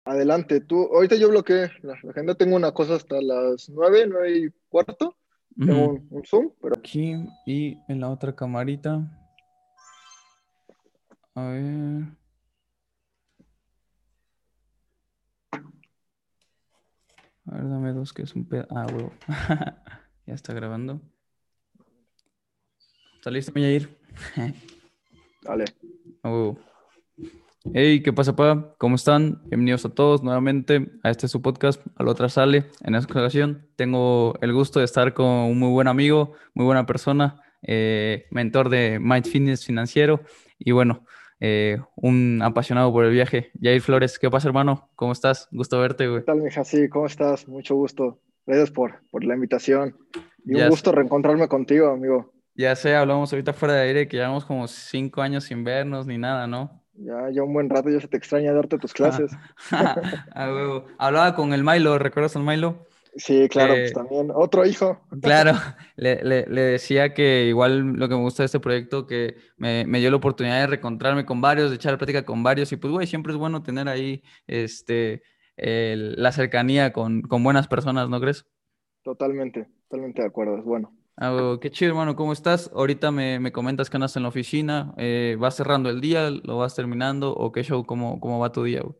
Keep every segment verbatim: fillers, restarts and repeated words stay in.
Adelante, tú. Ahorita yo bloqueé la, la agenda. Tengo una cosa hasta las nueve, nueve y cuarto. Tengo Ujú. un, un Zoom, pero Aquí y en la otra camarita. A ver. A ver, dame dos que es un pedo. Ah, huevo. Ya está grabando. ¿Está listo, Yair? dale. A huevo. Hey, ¿qué pasa, pa? ¿Cómo están? Bienvenidos a todos nuevamente a este su podcast, a la otra sale. En esta ocasión tengo el gusto de estar con un muy buen amigo, muy buena persona, eh, mentor de Mind Fitness Financiero y bueno, eh, un apasionado por el viaje. Jair Flores, ¿qué pasa, hermano? ¿Cómo estás? Gusto verte, ¿Qué güey. tal, mija? Sí, ¿cómo estás? Mucho gusto. Gracias por, por la invitación. Y un Ya, sé- gusto reencontrarme contigo, amigo. ya sé, hablamos ahorita fuera de aire que llevamos como cinco años sin vernos ni nada, ¿no? Ya, ya un buen rato ya se te extraña darte tus clases. A huevo. Hablaba con el Milo, ¿recuerdas al Milo? Sí, claro, pues Que también. Otro hijo. Claro, le, le- le decía que igual lo que me gusta de este proyecto, que me, me dio la oportunidad de reencontrarme con varios, de echar plática con varios, y pues, güey, siempre es bueno tener ahí este, el- la cercanía con, con buenas personas, ¿no crees? Totalmente, totalmente de acuerdo. Es bueno. Ah, güey, qué chido, hermano, ¿cómo estás? Ahorita me, me comentas que andas en la oficina, eh, ¿vas cerrando el día, lo vas terminando, o qué show, cómo, cómo va tu día, güey?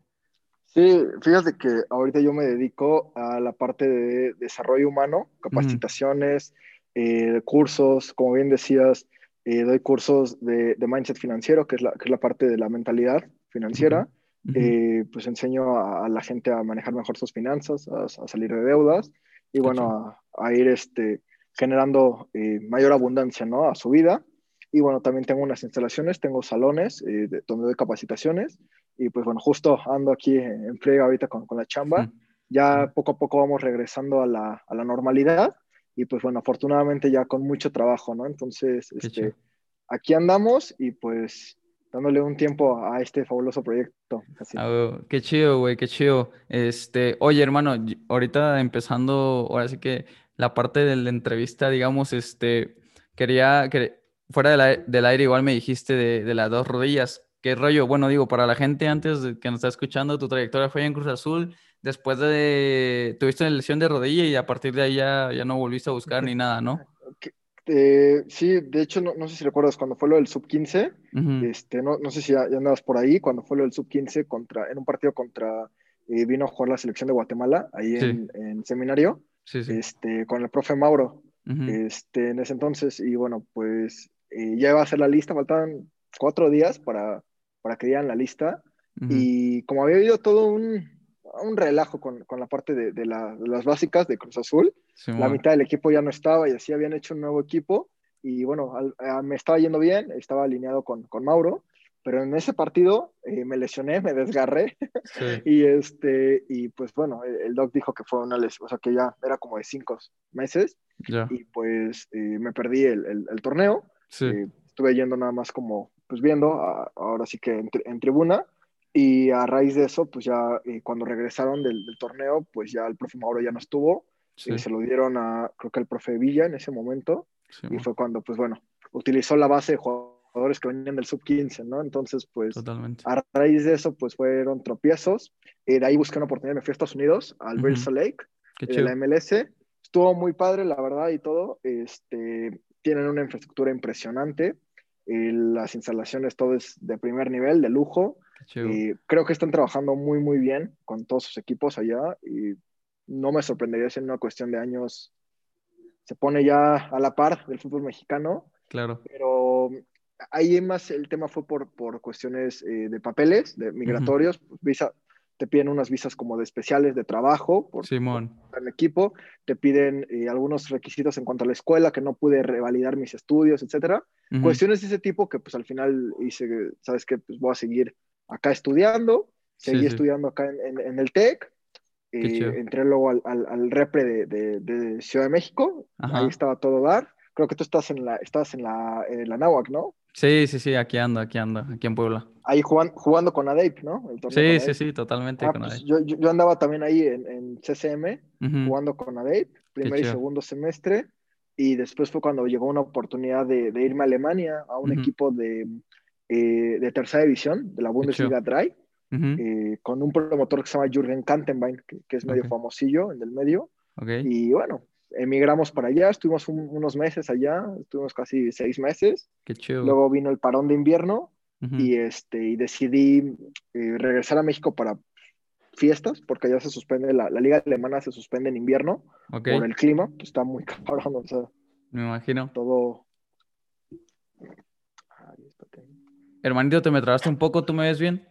Sí, fíjate que ahorita yo me dedico a la parte de desarrollo humano, Ujú, capacitaciones, eh, cursos, como bien decías, eh, doy cursos de, de mindset financiero, que es la, que es la parte de la mentalidad ok, financiera. ujú, Eh, pues enseño a, a la gente a manejar mejor sus finanzas, a, a salir de deudas y qué chido. bueno, a, a ir este, generando eh, mayor abundancia, ¿no? A su vida. Y bueno, también tengo unas instalaciones, tengo salones eh, de- donde doy capacitaciones y pues bueno, justo ando aquí en friega ahorita con, con la Ujú, chamba. Ya poco a poco vamos regresando a la, a la normalidad y pues bueno, afortunadamente ya con mucho trabajo, ¿no? Entonces, qué chido. este, aquí andamos y pues dándole un tiempo a este fabuloso proyecto. Así. Ah, güey, qué chido, güey, qué chido. Este, oye, hermano, y- ahorita empezando, ahora sí que la parte de la entrevista, digamos, este, quería que fuera del aire, del aire igual me dijiste de, de las dos rodillas. ¿Qué rollo? Bueno, digo, para la gente antes de que nos está escuchando, tu trayectoria fue en Cruz Azul, después de, tuviste una lesión de rodilla y a partir de ahí ya, ya no volviste a buscar ni nada, ¿no? Que- eh, sí, de hecho, no, no sé si recuerdas cuando fue lo del sub quince, Ujú, este, no, no sé si ya, ya andabas por ahí, cuando fue lo del sub quince contra, en un partido contra, eh, vino a jugar la selección de Guatemala, ahí sí, en, en seminario, sí, sí. este, con el profe Mauro, Ujú, este, en ese entonces, y bueno, pues eh, ya iba a ser la lista, faltaban cuatro días para, para que dieran la lista, ujú, y como había habido todo un, un relajo con, con la parte de, de la- de las básicas de Cruz Azul, la Simón, mitad del equipo ya no estaba y así habían hecho un nuevo equipo y bueno, al- a- me estaba yendo bien, estaba alineado con, con Mauro, pero en ese partido eh, me lesioné, me desgarré sí, y este, y pues bueno, el, el doc dijo que fue una lesión, o sea que ya era como de cinco meses ya, y pues eh, me perdí el, el- el torneo, sí, eh, estuve yendo nada más como, pues viendo, a- ahora sí que en, tri- en tribuna. Y a raíz de eso, pues ya eh, cuando regresaron del, del torneo, pues ya el profe Mauro ya no estuvo, eh, sí, se lo dieron a, creo que al profe Villa en ese momento, y Simón, fue cuando, pues bueno, utilizó la base de jugadores que venían del sub quince, ¿no? Entonces, pues totalmente. a raíz de eso, pues fueron tropiezos, eh, de ahí busqué una oportunidad, me fui a Estados Unidos, al Real Ujú, Salt Lake, qué eh, de chido. la M L S, estuvo muy padre, la verdad, y todo, este, tienen una infraestructura impresionante, eh, las instalaciones, todo es de primer nivel, de lujo, Qué chido. eh, creo que están trabajando muy, muy bien con todos sus equipos allá y no me sorprendería si en una cuestión de años se pone ya a la par del fútbol mexicano, Claro. pero ahí más el tema fue por, por cuestiones eh, de papeles, de Ujú. migratorios, pues, visa, te piden unas visas como de especiales de trabajo por, por Simón. el equipo, te piden eh, algunos requisitos en cuanto a la escuela, que no pude revalidar mis estudios, etcétera. Ujú. Cuestiones de ese tipo que pues al final hice, sabes que pues voy a seguir acá estudiando, Sí, seguí sí. estudiando acá en, en, en el TEC, Qué eh, chido. entré luego al, al, al repre de, de, de, Ciudad de México, ahí Ajá. estaba todo dar. Creo que tú estás en la, estás en la, en la Náhuac, ¿no? Sí, sí, sí, aquí ando, aquí ando, aquí en Puebla. Ahí jugando, jugando con ADEIP, ¿no? El torneo con Sí, sí, ADEIP. sí, totalmente Ah, con pues ahí. yo, yo, yo andaba también ahí en, en C C M Ujú. jugando con ADEIP, Qué primer y chido. segundo semestre, y después fue cuando llegó una oportunidad de, de irme a Alemania, a un Ujú. equipo de, eh, de tercera división, de la Qué chido. Bundesliga drei. Ujú. eh, con un promotor que se llama Jürgen Kantenbein, que, que es medio Ok, famosillo en el medio. ok. Y bueno, emigramos para allá, estuvimos un- unos meses allá, estuvimos casi seis meses. Qué chido, güey. Luego vino el parón de invierno Ujú. y, este, y decidí eh, regresar a México para fiestas, porque allá se suspende, la, la liga alemana se suspende en invierno Ok, por el clima, pues está muy cabrón, o sea, me imagino. todo... Ay, espérate. Hermanito, te me trabaste un poco, ¿tú me ves bien?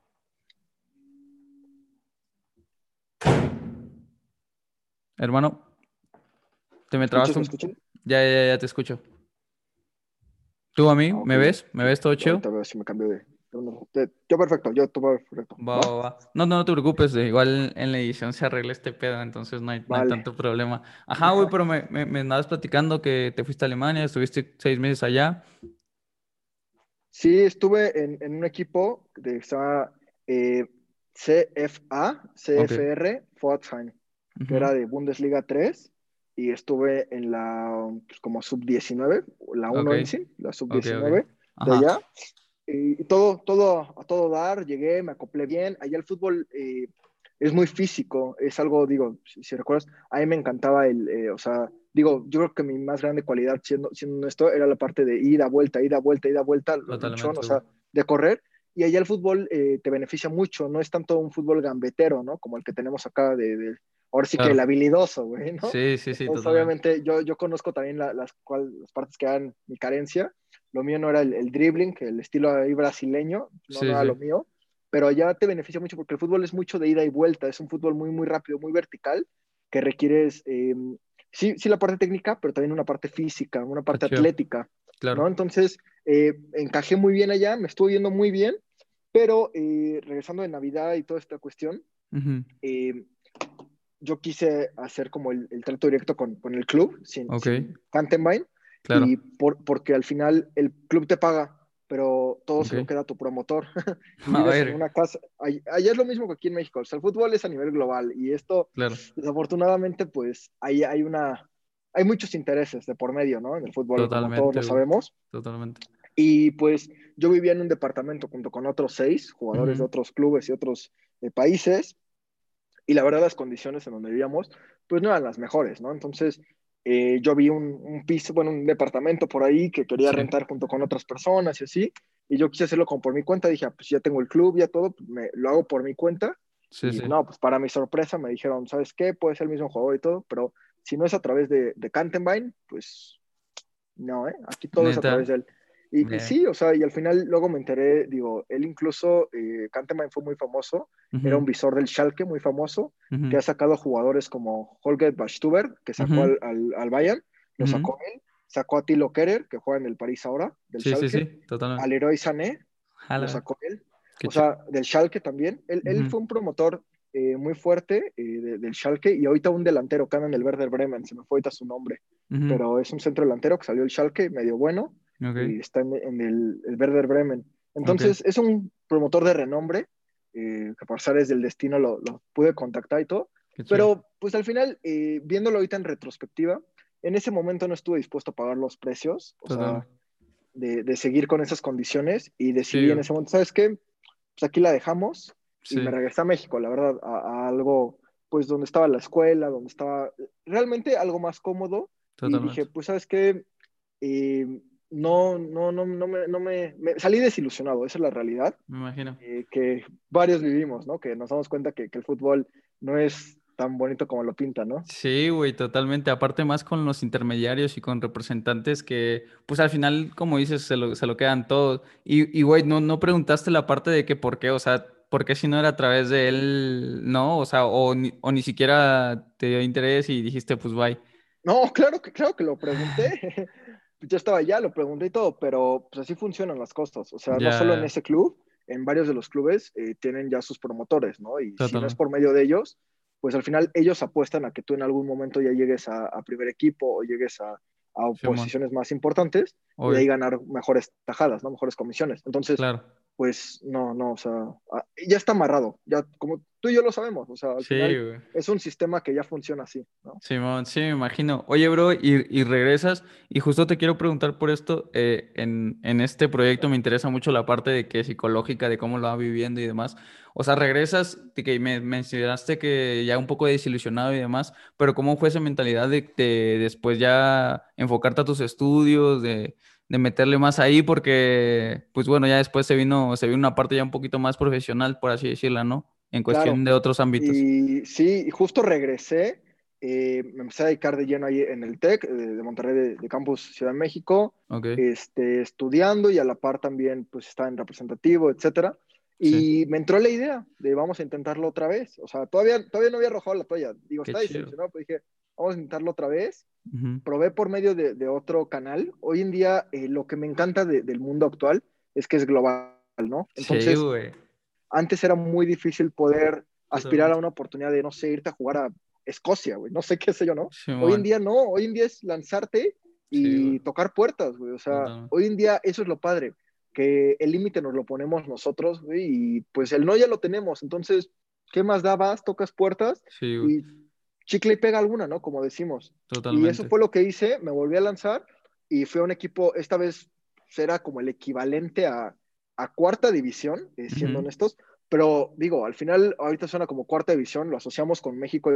Hermano, te ¿Me me escuchas? trabaste ¿Me un... escuchas? Ya, ya, ya te escucho. ¿Tú a mí? Ah, ok, ¿Me ves? ¿Me ok. ves todo chido? Ahorita veo si me cambio de... de uno. De- Yo perfecto, yo todo perfecto. Va, ¿Va? va, va. No, no, no te preocupes, eh, igual en la edición se arregla este pedo, entonces no hay, no hay Vale. tanto problema. Ajá, güey, pero me, me, me andabas platicando que te fuiste a Alemania, estuviste seis meses allá. Sí, estuve en, en un equipo de que se llama eh, C F A, Ok. C F R Pforzheim, que Ujú. era de Bundesliga tres, y estuve en la pues, como sub diecinueve, la Ok, uno en sí, la sub ok, ok. diecinueve de Ajá. allá. Y todo, todo, a todo dar, llegué, me acoplé bien. Allá el fútbol eh, es muy físico, es algo, digo, si, si recuerdas, a mí me encantaba el, eh, o sea, digo, yo creo que mi más grande cualidad, siendo, siendo esto, era la parte de ida, vuelta, ida, vuelta, ida, vuelta, lo luchón, o Totalmente, güey. sea, de correr. Y allá el fútbol eh, te beneficia mucho, no es tanto un fútbol gambetero, ¿no? Como el que tenemos acá de, de ahora sí que el Claro. habilidoso, güey, ¿no? Sí, sí, sí, Entonces, totalmente. obviamente, yo, yo conozco también la, las, cual, las partes que dan mi carencia. Lo mío no era el, el dribbling, el estilo ahí brasileño, no, no Sí, era sí. lo mío, pero allá te beneficia mucho porque el fútbol es mucho de ida y vuelta, es un fútbol muy, muy rápido, muy vertical, que requieres, eh, sí, sí la parte técnica, pero también una parte física, una Qué parte chido. atlética, ¿no? Claro. Entonces, eh, encajé muy bien allá, me estuvo yendo muy bien, pero eh, regresando de Navidad y toda esta cuestión, Ujú. eh, yo quise hacer como el, el trato directo con, con, el club, sin, Ok, sin Cantenbein, claro. y por, porque al final el club te paga, pero todo Ok. se lo queda tu promotor y A vives en ver, una casa. Allá es lo mismo que aquí en México, o sea, el fútbol es a nivel global y esto, claro. desafortunadamente, pues ahí hay una, hay muchos intereses de por medio, ¿no? En el fútbol, como todos lo Totalmente, güey. sabemos. Totalmente. Y pues yo vivía en un departamento junto con otros seis jugadores de Ujú. otros clubes y otros eh, países y la verdad las condiciones en donde vivíamos pues no eran las mejores, ¿no? Entonces eh, yo vi un, un, piso, bueno, un departamento por ahí que quería Sí, rentar junto con otras personas y así, y yo quise hacerlo como por mi cuenta, dije, ah, pues ya tengo el club, ya todo, pues me, lo hago por mi cuenta, sí, y sí. no, pues para mi sorpresa me dijeron, ¿sabes qué? Puede ser el mismo jugador y todo, pero si no es a través de, de Cantenbein, pues no, ¿eh? Aquí todo es a través Neta. de él. Y, y Bien. sí, o sea, y al final luego me enteré, digo, él incluso, eh, Kantemann fue muy famoso, era Ujú. un visor del Schalke muy famoso, que Ujú. ha sacado jugadores como Holger Bachstuber, que sacó Ujú. al, al, al Bayern, lo Ujú. sacó él, sacó a Tilo Kerer, que juega en el París ahora, del Sí, sí, Schalke, sí, totalmente. al Leroy Sané, lo Jala, sacó él, qué o chido. sea, del Schalke también. Él, él Ujú. fue un promotor eh, muy fuerte eh, de, del Schalke y ahorita un delantero que anda en el Werder Bremen, se me fue ahorita su nombre, Ujú. pero es un centro delantero que salió del Schalke, medio bueno, Ok, y está en, en el, el, Werder Bremen. ok, Entonces, es un promotor de renombre, eh, que por es del destino lo, lo, pude contactar y todo, qué chido. pero pues al final, eh, viéndolo ahorita en retrospectiva, en ese momento no estuve dispuesto a pagar los precios, o sea, Totalmente. de, de seguir con esas condiciones y Sí, decidí en güey. ese momento, ¿sabes qué? Pues aquí la dejamos y me Sí, regresé a México, la verdad, a, a algo, pues donde estaba la escuela, donde estaba realmente algo más cómodo y dije, totalmente. pues, ¿sabes qué? Eh, no, no, no, no, me, no me, me, salí desilusionado, esa es la realidad, Me imagino. eh, que varios vivimos, ¿no? Que nos damos cuenta que, que el fútbol no es tan bonito como lo pinta, ¿no? Sí, güey, totalmente. Aparte más con los intermediarios y con representantes que, pues al final, como dices, se lo, se lo quedan todos. Y, y güey, no, no preguntaste la parte de que por qué, o sea, por qué si no era a través de él, ¿no? O sea, o ni, o ni siquiera te dio interés y dijiste, pues bye. No, claro que, claro que lo pregunté. Yo estaba allá, lo pregunté y todo, pero pues así funcionan las cosas. O sea, no solo en Ya, ese club, en varios de los clubes eh, tienen ya sus promotores, ¿no? Y si no es totalmente. por medio de ellos, pues al final ellos apuestan a que tú en algún momento ya llegues a, a primer equipo o llegues a, a Simón, posiciones más importantes y de ahí obvio, ganar mejores tajadas, ¿no? Mejores comisiones. Entonces, claro. pues no, no, o sea, ah, ya está amarrado, ya como tú y yo lo sabemos, o sea, al Sí, final güey. es un sistema que ya funciona así, ¿no? Simón, sí, me imagino. Oye, bro, y, y regresas, y justo te quiero preguntar por esto, eh, en, en este proyecto me interesa mucho la parte de que psicológica, de cómo lo va viviendo y demás. O sea, regresas, de que me mencionaste que ya un poco desilusionado y demás, pero ¿cómo fue esa mentalidad de, de después ya enfocarte a tus estudios, de, de meterle más ahí? Porque, pues bueno, ya después se vino, se vino una parte ya un poquito más profesional, por así decirla, ¿no? En cuestión Claro, de otros ámbitos. y sí, y justo regresé, eh, me empecé a dedicar de lleno ahí en el TEC de, de Monterrey, de, de Campus Ciudad de México, Ok, este, estudiando y a la par también pues estaba en representativo, etcétera. sí, Y me entró la idea de vamos a intentarlo otra vez. O sea, todavía, todavía no había arrojado la toalla. Digo, qué está chido. desilusionado, pero dije, vamos a intentarlo otra vez. Ujú. Probé por medio de, de otro canal. Hoy en día eh, lo que me encanta de, del mundo actual es que es global, ¿no? Sí, Entonces, güey, antes era muy difícil poder aspirar a totalmente. una oportunidad de, no sé, irte a jugar a Escocia, güey, no sé qué sé yo, ¿no? Hoy en Simón, día no, hoy en día es lanzarte sí, güey, y tocar puertas, güey. O sea, totalmente. hoy en día eso es lo padre, que el límite nos lo ponemos nosotros, güey, y pues el no ya lo tenemos. Entonces, ¿qué más da? Vas, tocas puertas Sí, güey, y chicle y pega alguna, ¿no? Como decimos. Y eso totalmente. fue lo que hice, me volví a lanzar y fue un equipo, esta vez será como el equivalente a, a cuarta división, eh, siendo Ujú. honestos, pero digo, al final ahorita suena como cuarta división, lo asociamos con México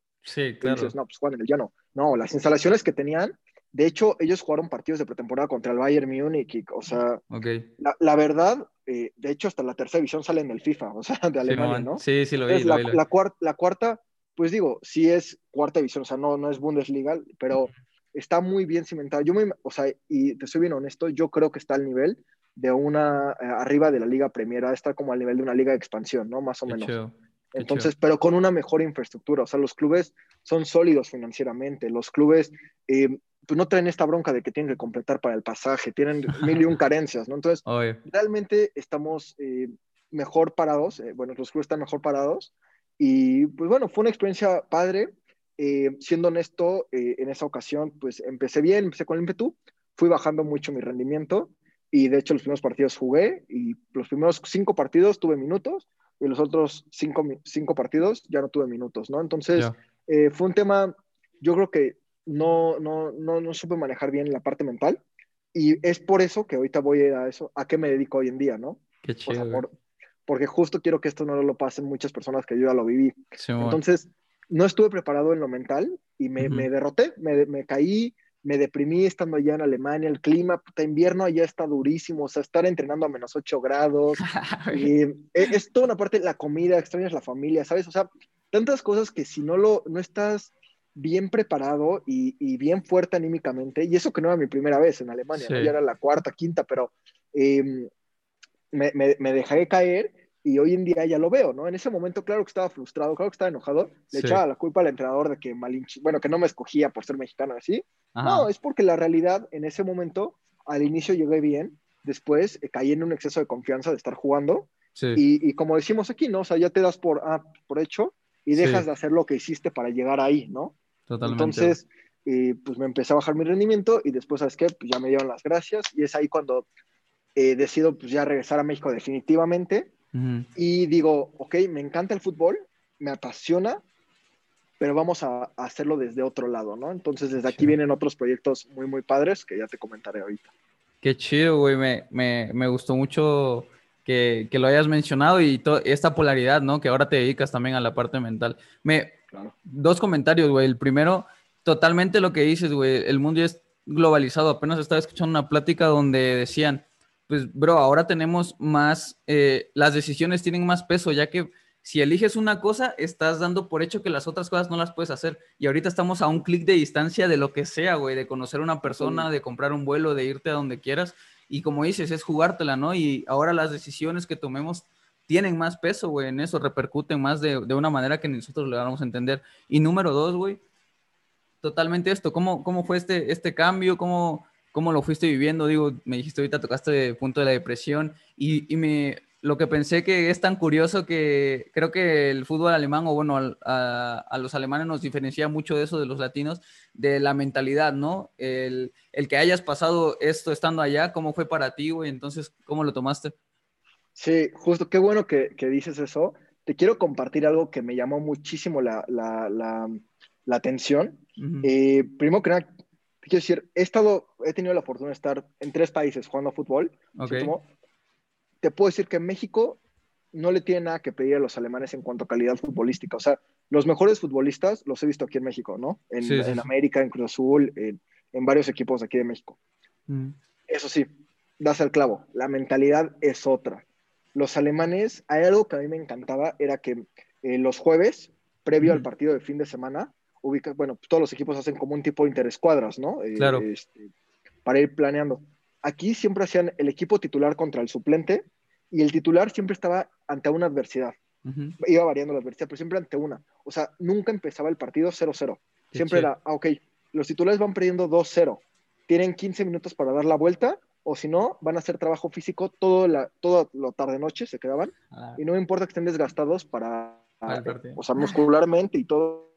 Sí, y dices, claro. no, pues juegan en el llano. No, las instalaciones que tenían, de hecho, ellos jugaron partidos de pretemporada contra el Bayern Múnich, y, o sea, Ok. la, la verdad, eh, de hecho, hasta la tercera división sale en el FIFA, o sea, de Alemania, Simón, ¿no? sí, sí lo vi, Entonces, lo la, vi, lo vi. la, cuar la cuarta, pues digo, sí es cuarta división, o sea, no, no es Bundesliga, pero está muy bien cimentada. Yo me, o sea, y te soy bien honesto, yo creo que está al nivel de una, eh, arriba de la Liga Premier, está como al nivel de una liga de expansión, ¿no? Más o Qué menos. chido, qué chido. Entonces, pero con una mejor infraestructura, o sea, los clubes son sólidos financieramente, los clubes eh, pues no traen esta bronca de que tienen que completar para el pasaje, tienen mil y un carencias, ¿no? Entonces, Oye, realmente estamos eh, mejor parados, eh, bueno, los clubes están mejor parados y pues bueno, fue una experiencia padre. Eh, siendo honesto, eh, en esa ocasión, pues empecé bien, empecé con el ímpetu, fui bajando mucho mi rendimiento y de hecho los primeros partidos jugué y los primeros cinco partidos tuve minutos y los otros cinco, cinco partidos ya no tuve minutos, ¿no? Entonces, ya, eh, fue un tema, yo creo que no, no, no, no supe manejar bien la parte mental y es por eso que ahorita voy a eso, a qué me dedico hoy en día, ¿no? qué O sea, chido, güey. por, porque justo quiero que esto no lo pasen muchas personas que yo ya lo viví. Simón. Entonces, no estuve preparado en lo mental y me, Ujú. me derroté, me, me caí, me deprimí estando allá en Alemania, el clima, puta, invierno allá está durísimo, o sea, estar entrenando a menos ocho grados, y es, es toda una parte, la comida, extrañas la familia, ¿sabes? O sea, tantas cosas que si no lo, no estás bien preparado y, y bien fuerte anímicamente, y eso que no era mi primera vez en Alemania, ¿no? Ya Sí, era la cuarta, quinta, pero eh, me, me, me dejé caer y hoy en día ya lo veo, ¿no? En ese momento, claro que estaba frustrado, claro que estaba enojado, le sí. echaba la culpa al entrenador de que malinch... bueno, que no me escogía por ser mexicano, así. No, Ajá, es porque la realidad en ese momento, al inicio llegué bien, después eh, caí en un exceso de confianza de estar jugando sí, y, y como decimos aquí, ¿no? O sea, ya te das por, ah, por hecho y dejas sí, de hacer lo que hiciste para llegar ahí, ¿no? totalmente, güey. Entonces, eh, pues me empecé a bajar mi rendimiento y después, ¿sabes qué? Pues ya me dieron las gracias y es ahí cuando eh, decido pues ya regresar a México definitivamente Ujú. y digo, ok, me encanta el fútbol, me apasiona, pero vamos a, a hacerlo desde otro lado, ¿no? Entonces Qué desde aquí chido. vienen otros proyectos muy, muy padres que ya te comentaré ahorita. Qué chido, güey. Me, me, me gustó mucho que, que lo hayas mencionado y to- esta polaridad, ¿no? Que ahora te dedicas también a la parte mental. Me, Claro. dos comentarios, güey. El primero, totalmente lo que dices, güey. El mundo ya es globalizado. Apenas estaba escuchando una plática donde decían, pues, bro, ahora tenemos más, eh, las decisiones tienen más peso, ya que si eliges una cosa, estás dando por hecho que las otras cosas no las puedes hacer. Y ahorita estamos a un clic de distancia de lo que sea, güey, de conocer a una persona, Totalmente. de comprar un vuelo, de irte a donde quieras. Y como dices, es jugártela, ¿no? Y ahora las decisiones que tomemos tienen más peso, güey, en eso, repercuten más de, de una manera que nosotros le vamos a entender. Y número dos, güey, totalmente esto. ¿Cómo, cómo fue este, este cambio? ¿Cómo, ¿Cómo lo fuiste viviendo? Digo, me dijiste ahorita tocaste el punto de la depresión y, y me, lo que pensé que es tan curioso que creo que el fútbol alemán, o bueno, al- a, a los alemanes nos diferencia mucho de eso de los latinos, de la mentalidad, ¿no? El, el que hayas pasado esto estando allá, ¿cómo fue para ti, güey? Entonces, ¿cómo lo tomaste? Sí, justo, qué bueno que, que dices eso. Te quiero compartir algo que me llamó muchísimo la, la, la, la atención. Ujú. Eh, primero que nada, te quiero decir, he estado, he tenido la fortuna de estar en tres países jugando fútbol. Ok, ¿Sí, tomo? Te puedo decir que México no le tiene nada que pedir a los alemanes en cuanto a calidad futbolística. O sea, los mejores futbolistas los he visto aquí en México, ¿no? En, sí, sí, en sí. América, en Cruz Azul, en, en varios equipos de aquí de México. Ujú. Eso sí, das al clavo, la mentalidad es otra. Los alemanes, hay algo que a mí me encantaba, era que eh, los jueves, previo al Ujú. partido de fin de semana, ubica, bueno, pues todos los equipos hacen como un tipo de interescuadras, ¿no? Claro. Eh, este, para ir planeando. Aquí siempre hacían el equipo titular contra el suplente y el titular siempre estaba ante una adversidad. Ujú. Iba variando la adversidad, pero siempre ante una. O sea, nunca empezaba el partido cero cero. Qué Siempre chido. era, ah, ok, los titulares van perdiendo dos cero. Tienen quince minutos para dar la vuelta, o si no, van a hacer trabajo físico todo la, toda la tarde-noche, se quedaban. Ah, Y no me importa que estén desgastados para, para el eh, partido. o sea, muscularmente y todo,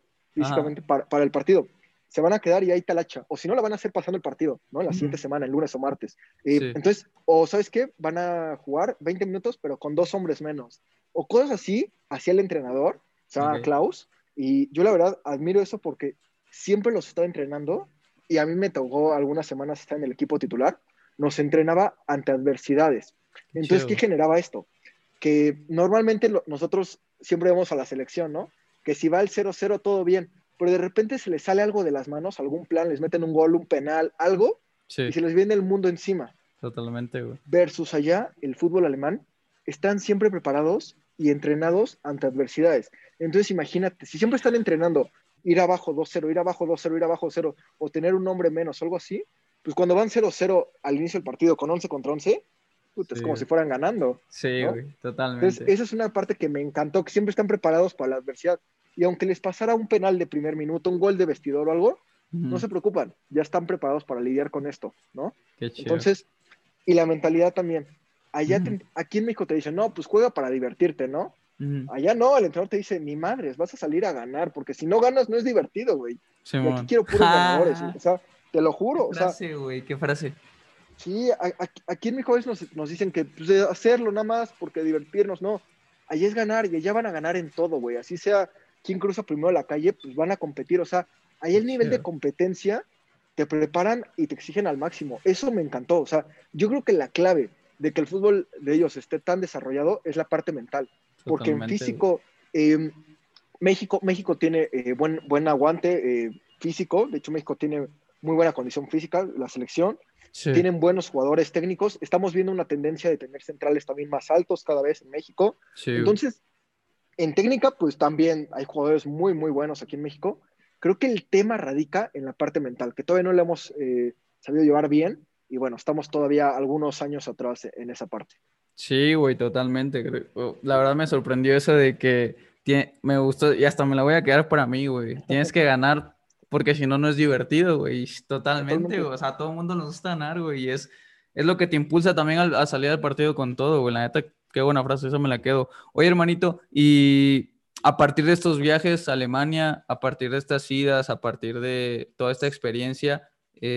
Ajá. físicamente para, para el partido. Se van a quedar y ahí talacha. O si no, la van a hacer pasando el partido, ¿no? La Ujú. siguiente semana, el lunes o martes. Eh, Sí. entonces, o ¿sabes qué? Van a jugar veinte minutos, pero con dos hombres menos. O cosas así, hacía el entrenador, se llama Ok. Klaus, y yo la verdad admiro eso porque siempre los estaba entrenando y a mí me tocó algunas semanas estar en el equipo titular, nos entrenaba ante adversidades. Qué Entonces, ¿qué chido. generaba esto? Que normalmente lo, nosotros siempre vemos a la selección, ¿no? Que si va el cero cero todo bien, pero de repente se les sale algo de las manos, algún plan, les meten un gol, un penal, algo, y Sí, se les viene el mundo encima. totalmente, güey. Versus allá, el fútbol alemán, están siempre preparados y entrenados ante adversidades. Entonces, imagínate, si siempre están entrenando ir abajo dos cero, ir abajo dos cero, ir abajo cero, o tener un hombre menos, algo así, pues cuando van cero cero al inicio del partido con once contra once, puta, es Sí, como güey. si fueran ganando, Sí, ¿no? güey, Entonces, totalmente. esa es una parte que me encantó, que siempre están preparados para la adversidad. Y aunque les pasara un penal de primer minuto, un gol de vestidor o algo, no Ujú. se preocupan, ya están preparados para lidiar con esto, ¿no? Qué chido. Entonces, y la mentalidad también. Allá Ujú. te- aquí en México te dicen, no, pues juega para divertirte, ¿no? Ujú. Allá no, el entrenador te dice, ni madres, vas a salir a ganar, porque si no ganas no es divertido, güey. Y aquí Simón. quiero puros ganadores, o Ja, sea, te lo qué juro, o sea, frase, güey, qué frase. sí, a- a- aquí en México a veces nos, nos dicen que pues, de hacerlo nada más porque divertirnos, no. Allá es ganar y allá van a ganar en todo, güey. Así sea quien cruza primero la calle, pues van a competir. O sea, ahí Qué el nivel de chido. competencia te preparan y te exigen al máximo. Eso me encantó. O sea, yo creo que la clave de que el fútbol de ellos esté tan desarrollado es la parte mental. Porque en Totalmente, güey. físico, eh, México, México tiene eh, buen, buen aguante eh, físico. De hecho, México tiene muy buena condición física, la selección Sí, tienen buenos jugadores técnicos. Estamos viendo una tendencia de tener centrales también más altos cada vez en México. sí, güey. Entonces, en técnica, pues también hay jugadores muy, muy buenos aquí en México. Creo que el tema radica en la parte mental, que todavía no le hemos eh, sabido llevar bien. Y bueno, estamos todavía algunos años atrás en esa parte. Sí, güey, totalmente. creo- o- La verdad me sorprendió eso de que tie- me gustó y hasta me la voy a quedar para mí, güey. Tienes que ganar porque si no, no es divertido, güey. Totalmente, Totalmente. güey. O sea, a todo el mundo nos gusta ganar, güey. Y es, es lo que te impulsa también al- a, salir al partido con todo, güey. La neta, qué buena frase, eso me la quedo. Oye, hermanito, y a partir de estos viajes a Alemania, a partir de estas idas, a partir de toda esta experiencia,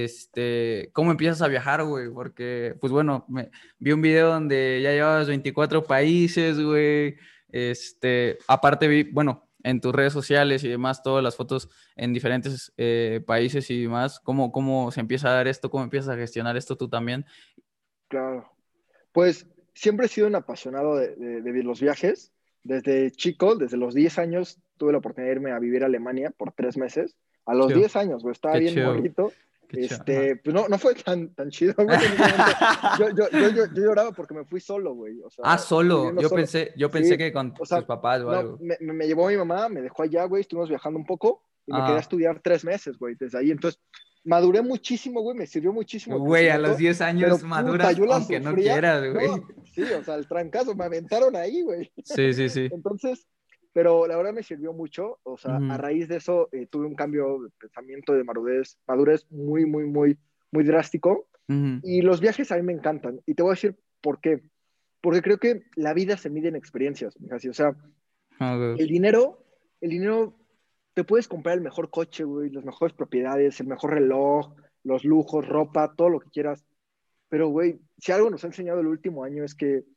este, ¿cómo empiezas a viajar, güey? Porque, pues bueno, me vi un video donde ya llevabas veinticuatro países, güey. Este, aparte vi, bueno, en tus redes sociales y demás, todas las fotos en diferentes eh, países y demás. ¿Cómo, cómo se empieza a dar esto? ¿Cómo empiezas a gestionar esto tú también? Claro. Pues siempre he sido un apasionado de, de, de los viajes. Desde chico, desde los diez años, tuve la oportunidad de irme a vivir a Alemania por tres meses. A los Chido. diez años, güey, estaba Qué bien chido. morrito. Qué chido. Ajá. Este, pues no, no fue tan, tan chido, güey, en ese momento. Yo, yo, yo, yo, yo lloraba porque me fui solo, güey. O sea, Ah, me fui solo. viviendo Yo solo. pensé, yo pensé Sí, que con o tus sea, papás o no, algo. me, me me llevó mi mamá, me dejó allá, güey, estuvimos viajando un poco y me quedé a Ajá. estudiar tres meses, güey, desde ahí. Entonces, maduré muchísimo, güey, me sirvió muchísimo el Güey, a los crecimiento, diez años pero puta, maduras, yo la aunque no sufría. quieras, No, güey. sí, o sea, el trancazo, me aventaron ahí, güey. Sí, sí, sí. Entonces, pero la verdad me sirvió mucho, o sea, a Ujú, raíz de eso eh, tuve un cambio de pensamiento, de madurez, madurez muy, muy, muy, muy drástico. ujú. Y los viajes a mí me encantan. Y te voy a decir por qué. Porque creo que la vida se mide en experiencias, mija, o sea, Ah, güey. el dinero, el dinero, te puedes comprar el mejor coche, güey, las mejores propiedades, el mejor reloj, los lujos, ropa, todo lo que quieras. Pero, güey, si algo nos ha enseñado el último año es que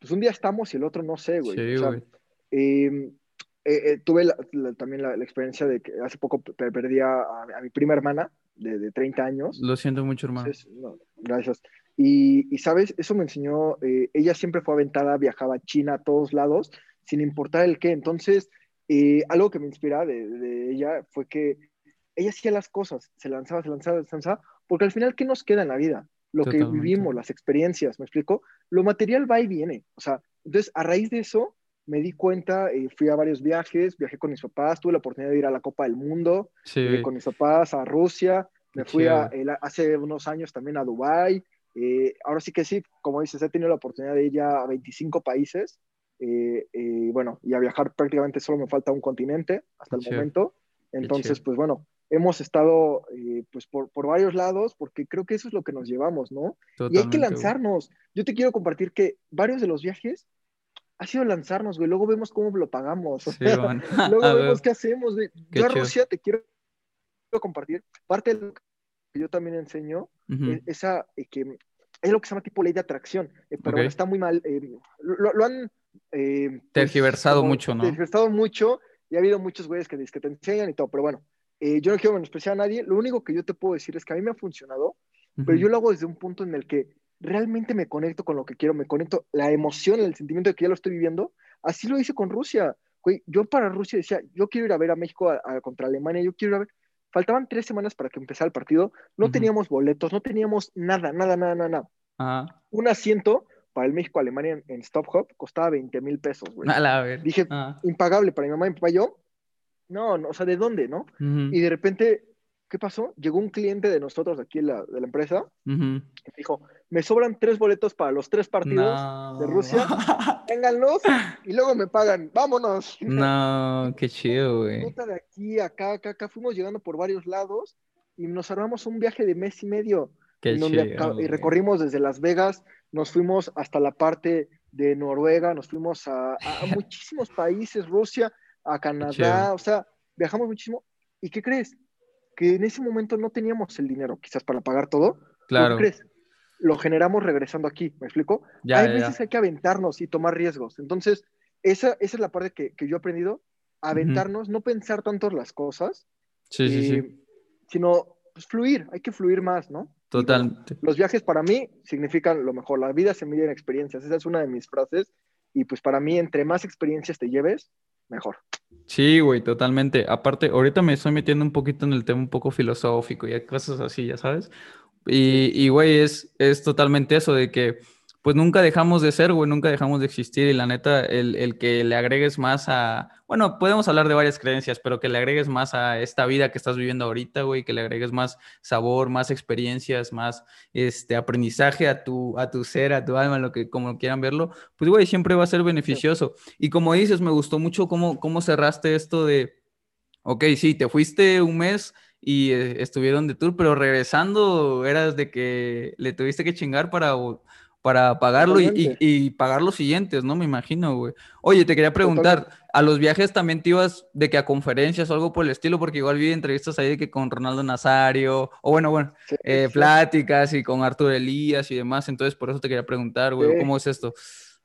pues un día estamos y el otro no sé, güey. O Sí, sea, güey. eh, eh, eh, tuve la- la- también la, la experiencia de que hace poco pe- perdí a, a- a mi prima hermana de, de treinta años. Lo siento mucho, hermano. Entonces, no, gracias. Y, y, ¿sabes? Eso me enseñó, eh, ella siempre fue aventada, viajaba a China, a todos lados, sin importar el qué. Entonces, eh, algo que me inspira de, de ella fue que ella hacía las cosas, se lanzaba, se lanzaba, se lanzaba, porque al final, ¿qué nos queda en la vida? Lo que Totalmente. vivimos, las experiencias, ¿me explico? Lo material va y viene. O sea, entonces, a raíz de eso, me di cuenta, eh, fui a varios viajes, viajé con mis papás, tuve la oportunidad de ir a la Copa del Mundo, Sí, eh, güey. con mis papás, a Rusia, Qué me fui chido, a, güey. el- hace unos años también a Dubái. Eh, ahora sí que sí, como dices, he tenido la oportunidad de ir ya a veinticinco países. Eh, eh, bueno, y a viajar prácticamente solo me falta un continente hasta Qué el chido. momento. Qué Entonces, chido. pues bueno, hemos estado eh, pues por, por varios lados porque creo que eso es lo que nos llevamos, ¿no? Y hay que Totalmente, güey. lanzarnos. Yo te quiero compartir que varios de los viajes ha sido lanzarnos, güey. Luego vemos cómo lo pagamos. Sí, man. Luego A vemos ver, qué hacemos, güey. qué Yo a chido. Rusia te quiero compartir. Parte de lo que yo también enseño Ujú. es esa, eh, que es lo que se llama tipo ley de atracción, eh, pero bueno, Ok. está muy mal. Eh, lo, lo, han, eh, pues, Tergiversado como mucho, ¿no? desgastado mucho y ha habido muchos güeyes que, que te enseñan y todo, pero bueno, eh, yo no quiero menospreciar a nadie. Lo único que yo te puedo decir es que a mí me ha funcionado, pero Ujú. yo lo hago desde un punto en el que realmente me conecto con lo que quiero, me conecto la emoción, el sentimiento de que ya lo estoy viviendo. Así lo hice con Rusia. Güey, yo para Rusia decía, yo quiero ir a ver a México a, a, contra Alemania, yo quiero ir a ver. Faltaban tres semanas para que empezara el partido, no Ujú. teníamos boletos, no teníamos nada, nada, nada, nada, nada. Ajá. Un asiento para el México-Alemania en, en Stop Hop costaba veinte mil pesos, güey. A la ver. Dije, Ajá. impagable para mi mamá y mi papá y yo. No, no, o sea, ¿de dónde, no? Ujú. Y de repente, ¿qué pasó? Llegó un cliente de nosotros aquí de la, de la empresa Ujú. y me dijo, me sobran tres boletos para los tres partidos de No. Rusia, ténganlos y luego me pagan, vámonos. No, qué chido, güey. Ruta de aquí, acá, acá, acá, fuimos llegando por varios lados y nos armamos un viaje de mes y medio Qué en donde acá, y chido, güey. recorrimos desde Las Vegas, nos fuimos hasta la parte de Noruega, nos fuimos a, a muchísimos países, Rusia, a Qué chido. Canadá, o sea, viajamos muchísimo. ¿Y qué crees? Que en ese momento no teníamos el dinero quizás para pagar todo, pero ¿qué Claro. crees? Lo generamos regresando aquí, ¿me explico? Ya, Hay ya, veces ya. hay que aventarnos y tomar riesgos. Entonces, esa, esa es la parte que, que yo he aprendido, Ujú. aventarnos, no pensar tanto las cosas, Sí, sí, sí. eh, sino pues, fluir, hay que fluir más, ¿no? Y bueno, Totalmente. los viajes para mí significan lo mejor, la vida se mide en experiencias, esa es una de mis frases, y pues para mí, entre más experiencias te lleves, mejor. Sí, güey, totalmente. Aparte, ahorita me estoy metiendo un poquito en el tema un poco filosófico y cosas así, ya sabes. Sí, Y, sí, y sí. güey, es, es totalmente eso de que, pues nunca dejamos de ser, güey, nunca dejamos de existir. Y la neta, el, el que le agregues más a, bueno, podemos hablar de varias creencias, pero que le agregues más a esta vida que estás viviendo ahorita, güey, que le agregues más sabor, más experiencias, más este aprendizaje a tu, a tu ser, a tu alma, lo que, como quieran verlo, pues güey, siempre va a ser Sí. beneficioso. Y como dices, me gustó mucho cómo, cómo cerraste esto de ok, sí, te fuiste un mes y eh, estuvieron de tour, pero regresando eras de que le tuviste que chingar para, o- para pagarlo y, y- Totalmente, y pagar los siguientes, ¿no? Me imagino, güey. Oye, te quería preguntar, totalmente. ¿a los viajes también te ibas de que a conferencias o algo por el estilo? Porque igual vi entrevistas ahí de que con Ronaldo Nazario, o bueno, bueno, Sí, eh, sí, pláticas y con Arturo Elías y demás, entonces por eso te quería preguntar, güey, sí. ¿cómo es esto?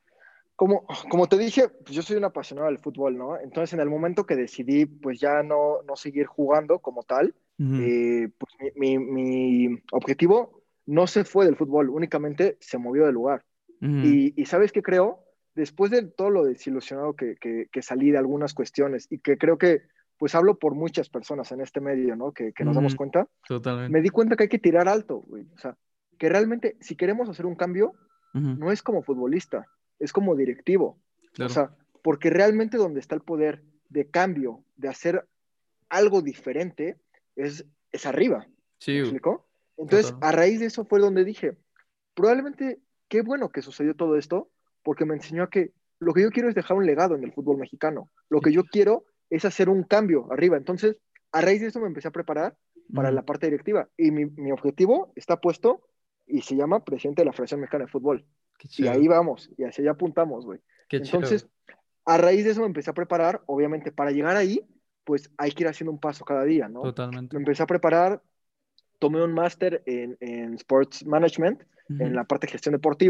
Como, como te dije, pues yo soy un apasionado del fútbol, ¿no? Entonces, en el momento que decidí, pues ya no, no seguir jugando como tal, Ujú, eh, pues mi, mi, mi objetivo no se fue del fútbol, únicamente se movió del lugar. ujú, Y, y ¿sabes qué creo? Después de todo lo desilusionado que, que, que salí de algunas cuestiones y que creo que, pues hablo por muchas personas en este medio, ¿no? Que, que nos damos ujú, cuenta, me totalmente. di cuenta que hay que tirar alto, güey. O sea, que realmente si queremos hacer un cambio, Ujú, no es como futbolista, es como directivo. O claro. sea, porque realmente donde está el poder de cambio, de hacer algo diferente, es, es arriba. ¿Me Sí, güey, explicó? Entonces, total. a raíz de eso fue donde dije, probablemente qué bueno que sucedió todo esto, porque me enseñó a que lo que yo quiero es dejar un legado en el fútbol mexicano. Lo Qué que yo chido. quiero es hacer un cambio arriba. Entonces, a raíz de eso me empecé a preparar para Ujú, la parte directiva. Y mi, mi objetivo está puesto y se llama presidente de la Federación Mexicana de Fútbol. qué Y chido. ahí vamos, y hacia allá apuntamos, güey. Qué chido, güey. Entonces, a raíz de eso me empecé a preparar, obviamente, para llegar ahí, pues hay que ir haciendo un paso cada día, ¿no? Me Totalmente. empecé a preparar, tomé un máster en, en Sports Management, en Ujú, la parte de gestión deportiva,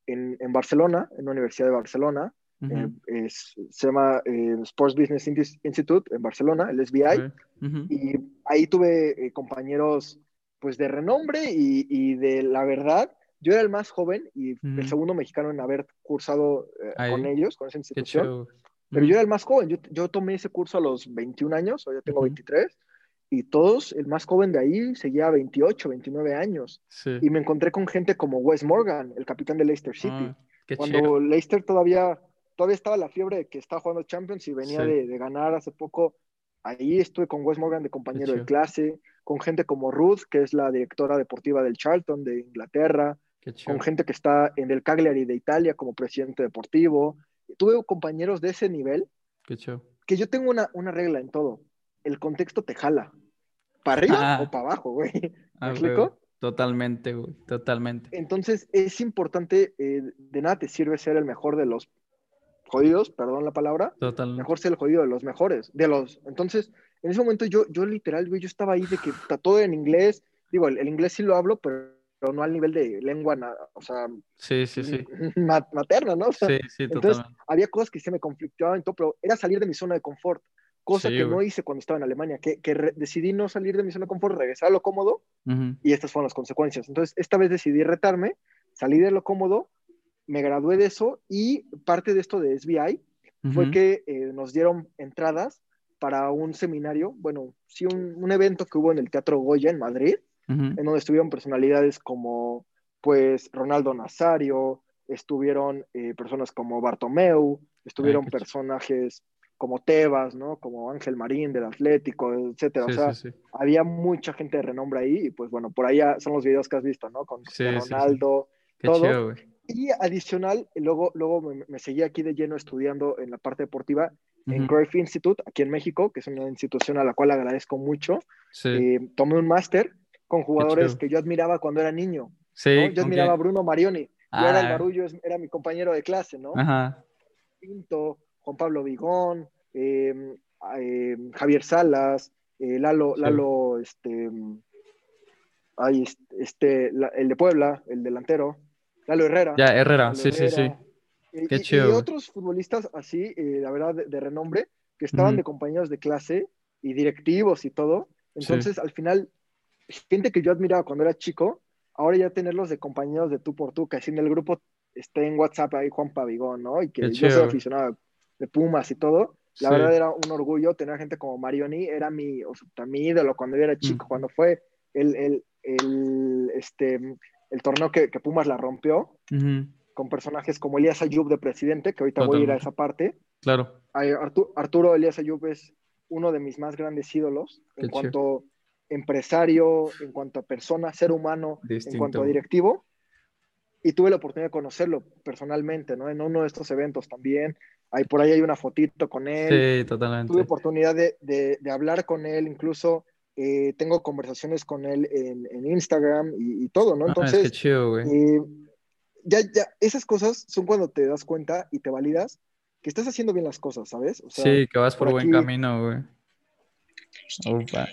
en, en Barcelona, en la Universidad de Barcelona. Ujú. Eh, es- se llama eh, Sports Business Intis- Institute en Barcelona, el S B I. Ok. Ujú. Y ahí tuve eh, compañeros pues de renombre y, y de la verdad, yo era el más joven y el Ujú. segundo mexicano en haber cursado eh, con Ahí, ellos, con esa qué institución, chido. pero yo Ujú. era el más joven, yo, yo tomé ese curso a los veintiún años, hoy ya tengo Ujú. veintitrés, y todos, el más joven de ahí seguía veintiocho, veintinueve años, Sí. y me encontré con gente como Wes Morgan, el capitán de Leicester City, Ah, qué chido. cuando Leicester todavía, todavía estaba la fiebre de que estaba jugando Champions y venía Sí, de, de ganar hace poco. Ahí estuve con Wes Morgan de qué compañero de chido. clase, con gente como Ruth, que es la directora deportiva del Charlton de Inglaterra, Qué con chido. gente que está en el Cagliari de Italia como presidente deportivo. Tuve compañeros de ese nivel, Qué chido. que yo tengo una, una regla en todo. El contexto te jala. ¿Para arriba o para abajo, güey? ¿Me Ah, huevo. explico? Totalmente, güey. Totalmente. Entonces es importante, eh, de nada te sirve ser el mejor de los jodidos, perdón la palabra, Totalmente. mejor ser el jodido de los mejores, de los, entonces, en ese momento yo, yo literal, güey, yo estaba ahí de que está todo en inglés, digo, el, el inglés sí lo hablo, pero, pero no al nivel de lengua, na- o sea, Sí, sí, sí. ma- materna, ¿no? O sea, Sí, sí, entonces, totalmente. había cosas que se me conflictuaban y todo, pero era salir de mi zona de confort, cosa Sí, que güey. no hice cuando estaba en Alemania, que, que re- decidí no salir de mi zona de confort, regresar a lo cómodo, Ujú. y estas fueron las consecuencias. Entonces, esta vez decidí retarme, salí de lo cómodo, me gradué de eso y parte de esto de S B I fue Ujú. que eh, nos dieron entradas para un seminario, bueno, sí, un, un evento que hubo en el Teatro Goya en Madrid, Ujú. en donde estuvieron personalidades como, pues, Ronaldo Nazario, estuvieron eh, personas como Bartomeu, Ay, estuvieron qué chido. personajes como Tebas, ¿no? Como Ángel Marín del Atlético, etcétera. O Sí, sí, sea, sí. había mucha gente de renombre ahí y pues bueno, por ahí son los videos que has visto, ¿no? Con, de Sí, sí, sí. Ronaldo, Qué todo. chido, güey. Y adicional, luego, luego me, me seguí aquí de lleno estudiando en la parte deportiva en Ujú. Grafe Institute, aquí en México, que es una institución a la cual agradezco mucho. Sí, Eh, tomé un máster con qué jugadores chido. que yo admiraba cuando era niño, ¿no? Sí, Yo ¿con admiraba a quién? Bruno Marioni y ahora el Ah, Barullo es- era mi compañero de clase, ¿no? ajá. Pinto, Juan Pablo Vigón, eh, eh, Javier Salas, eh, Lalo, Chido. Lalo, este, ay, este, este, la- el de Puebla, el delantero, Lalo Herrera, Ya, Herrera. Lalo Sí, sí, sí. Herrera, eh, Qué y, y chido, güey. otros futbolistas así, eh, la verdad, de, de renombre, que estaban Ujú. de compañeros de clase y directivos y todo. Sí. Entonces, al final, gente que yo admiraba cuando era chico, ahora ya tenerlos de compañeros de tú por tú, que así en el grupo esté en WhatsApp ahí Juan Pavigón, ¿no? Y Qué que yo soy chido, güey. aficionado de Pumas y todo. La Sí. verdad era un orgullo tener gente como Marioni, era mi, o sea, mi ídolo cuando yo era chico, Mm. cuando fue el, el, el, este, el torneo que, que Pumas la rompió, Ujú. con personajes como Elías Ayub de presidente, que ahorita voy a ir a Totalmente. esa parte. Claro. Arturo, Arturo Elías Ayub es uno de mis más grandes ídolos en Qué chido. cuanto empresario, en cuanto a persona, ser humano, en cuanto a Distinto. directivo, y tuve la oportunidad de conocerlo personalmente, ¿no? En uno de estos eventos también, ahí por ahí hay una fotito con él, Sí, tuve totalmente. oportunidad de, de, de hablar con él, incluso eh, tengo conversaciones con él en, en Instagram y, y, todo, ¿no? Ah, es que Entonces, chido, güey. eh, ya, ya, esas cosas son cuando te das cuenta y te validas que estás haciendo bien las cosas, ¿sabes? O sea, Sí, que vas por por buen aquí, camino, güey. Upa.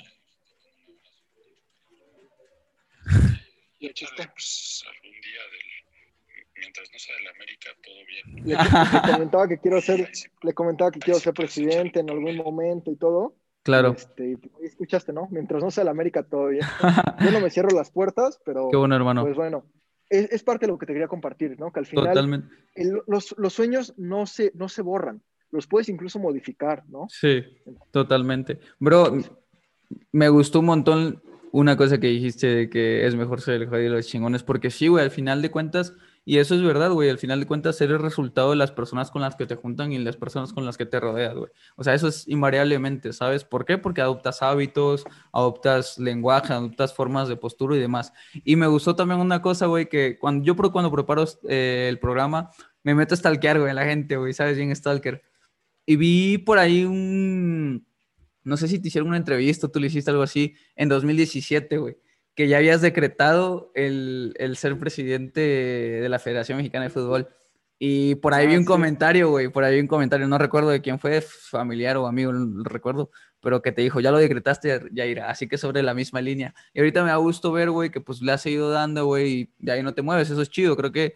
y aquí está. Pues algún día del, mientras no sea del América, todo bien. Le, co- le comentaba que quiero ser, Ahí sí, le comentaba que ahí quiero sí ser puedes echar presidente un en algún tole. momento y todo. Y Claro. este, y pues, ahí escuchaste, ¿no? Mientras no sea la América, todo bien. Yo no me cierro las puertas, Qué pero bueno, hermano. pues bueno, es, es parte de lo que te quería compartir, ¿no? Que al final Totalmente. el- los, los sueños no se, no se borran, los puedes incluso modificar, ¿no? Sí, totalmente. Bro, Eso. me gustó un montón una cosa que dijiste de que es mejor ser el jodido de los chingones, porque sí, güey, al final de cuentas, y eso es verdad, güey, al final de cuentas ser el resultado de las personas con las que te juntan y las personas con las que te rodeas, güey. O sea, eso es invariablemente, ¿sabes? ¿Por qué? Porque adoptas hábitos, adoptas lenguaje, adoptas formas de postura y demás. Y me gustó también una cosa, güey, que cuando yo pro- cuando preparo eh, el programa, me meto a stalkear, güey, a la gente, güey, ¿sabes? Bien stalker. Y vi por ahí un, no sé si te hicieron una entrevista, tú le hiciste algo así, en dos mil diecisiete, güey, que ya habías decretado el, el ser presidente de la Federación Mexicana de Fútbol. Y por ahí vi Ah, un sí. comentario, güey, por ahí vi un comentario, no recuerdo de quién fue, familiar o amigo, no recuerdo, pero que te dijo, ya lo decretaste, ya irá, así que sobre la misma línea. Y ahorita me da gusto ver, güey, que pues le has seguido dando, güey, y de ahí no te mueves, eso es chido, creo que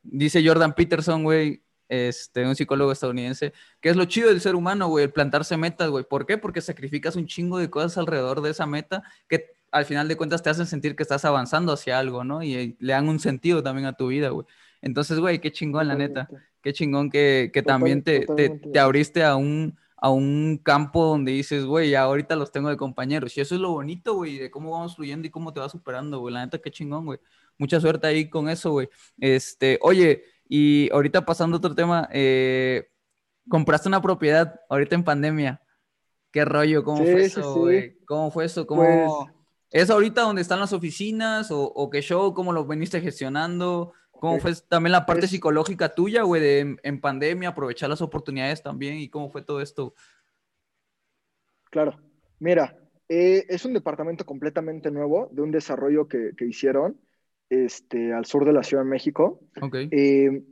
dice Jordan Peterson, güey, este, un psicólogo estadounidense, que es lo chido del ser humano, güey, el plantarse metas, güey. ¿Por qué? Porque sacrificas un chingo de cosas alrededor de esa meta que al final de cuentas te hacen sentir que estás avanzando hacia algo, ¿no? Y eh, le dan un sentido también a tu vida, güey. Entonces, güey, qué chingón, la neta. Totalmente. Qué chingón que, que también Total, te, te, totalmente de te acuerdo. abriste a un, a un campo donde dices, güey, ya ahorita los tengo de compañeros. Y eso es lo bonito, güey, de cómo vamos fluyendo y cómo te vas superando, güey. La neta, qué chingón, güey. Mucha suerte ahí con eso, güey. Este, oye, y ahorita pasando a otro tema, eh, compraste una propiedad ahorita en pandemia. ¿Qué rollo? ¿Cómo fue Sí, sí, eso, sí. güey? ¿Cómo fue eso? Pues, ¿Cómo... ¿Es ahorita donde están las oficinas o, o qué show? ¿Cómo lo veniste gestionando? ok. ¿Cómo fue también la parte Es, psicológica tuya, güey, de en, en pandemia, aprovechar las oportunidades también? ¿Y cómo fue todo esto? claro. Mira, eh, es un departamento completamente nuevo de un desarrollo que, que hicieron este, al sur de la Ciudad de México. Ok, Eh,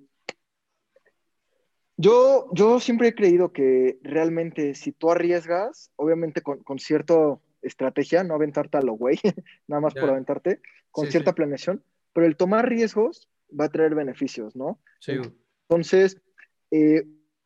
yo, yo siempre he creído que realmente si tú arriesgas, obviamente con, con cierta estrategia, no aventarte a lo güey, nada más por ya. aventarte, con Sí, sí. cierta planeación, pero el tomar riesgos va a traer beneficios, ¿no? Sí, güey. Entonces, eh,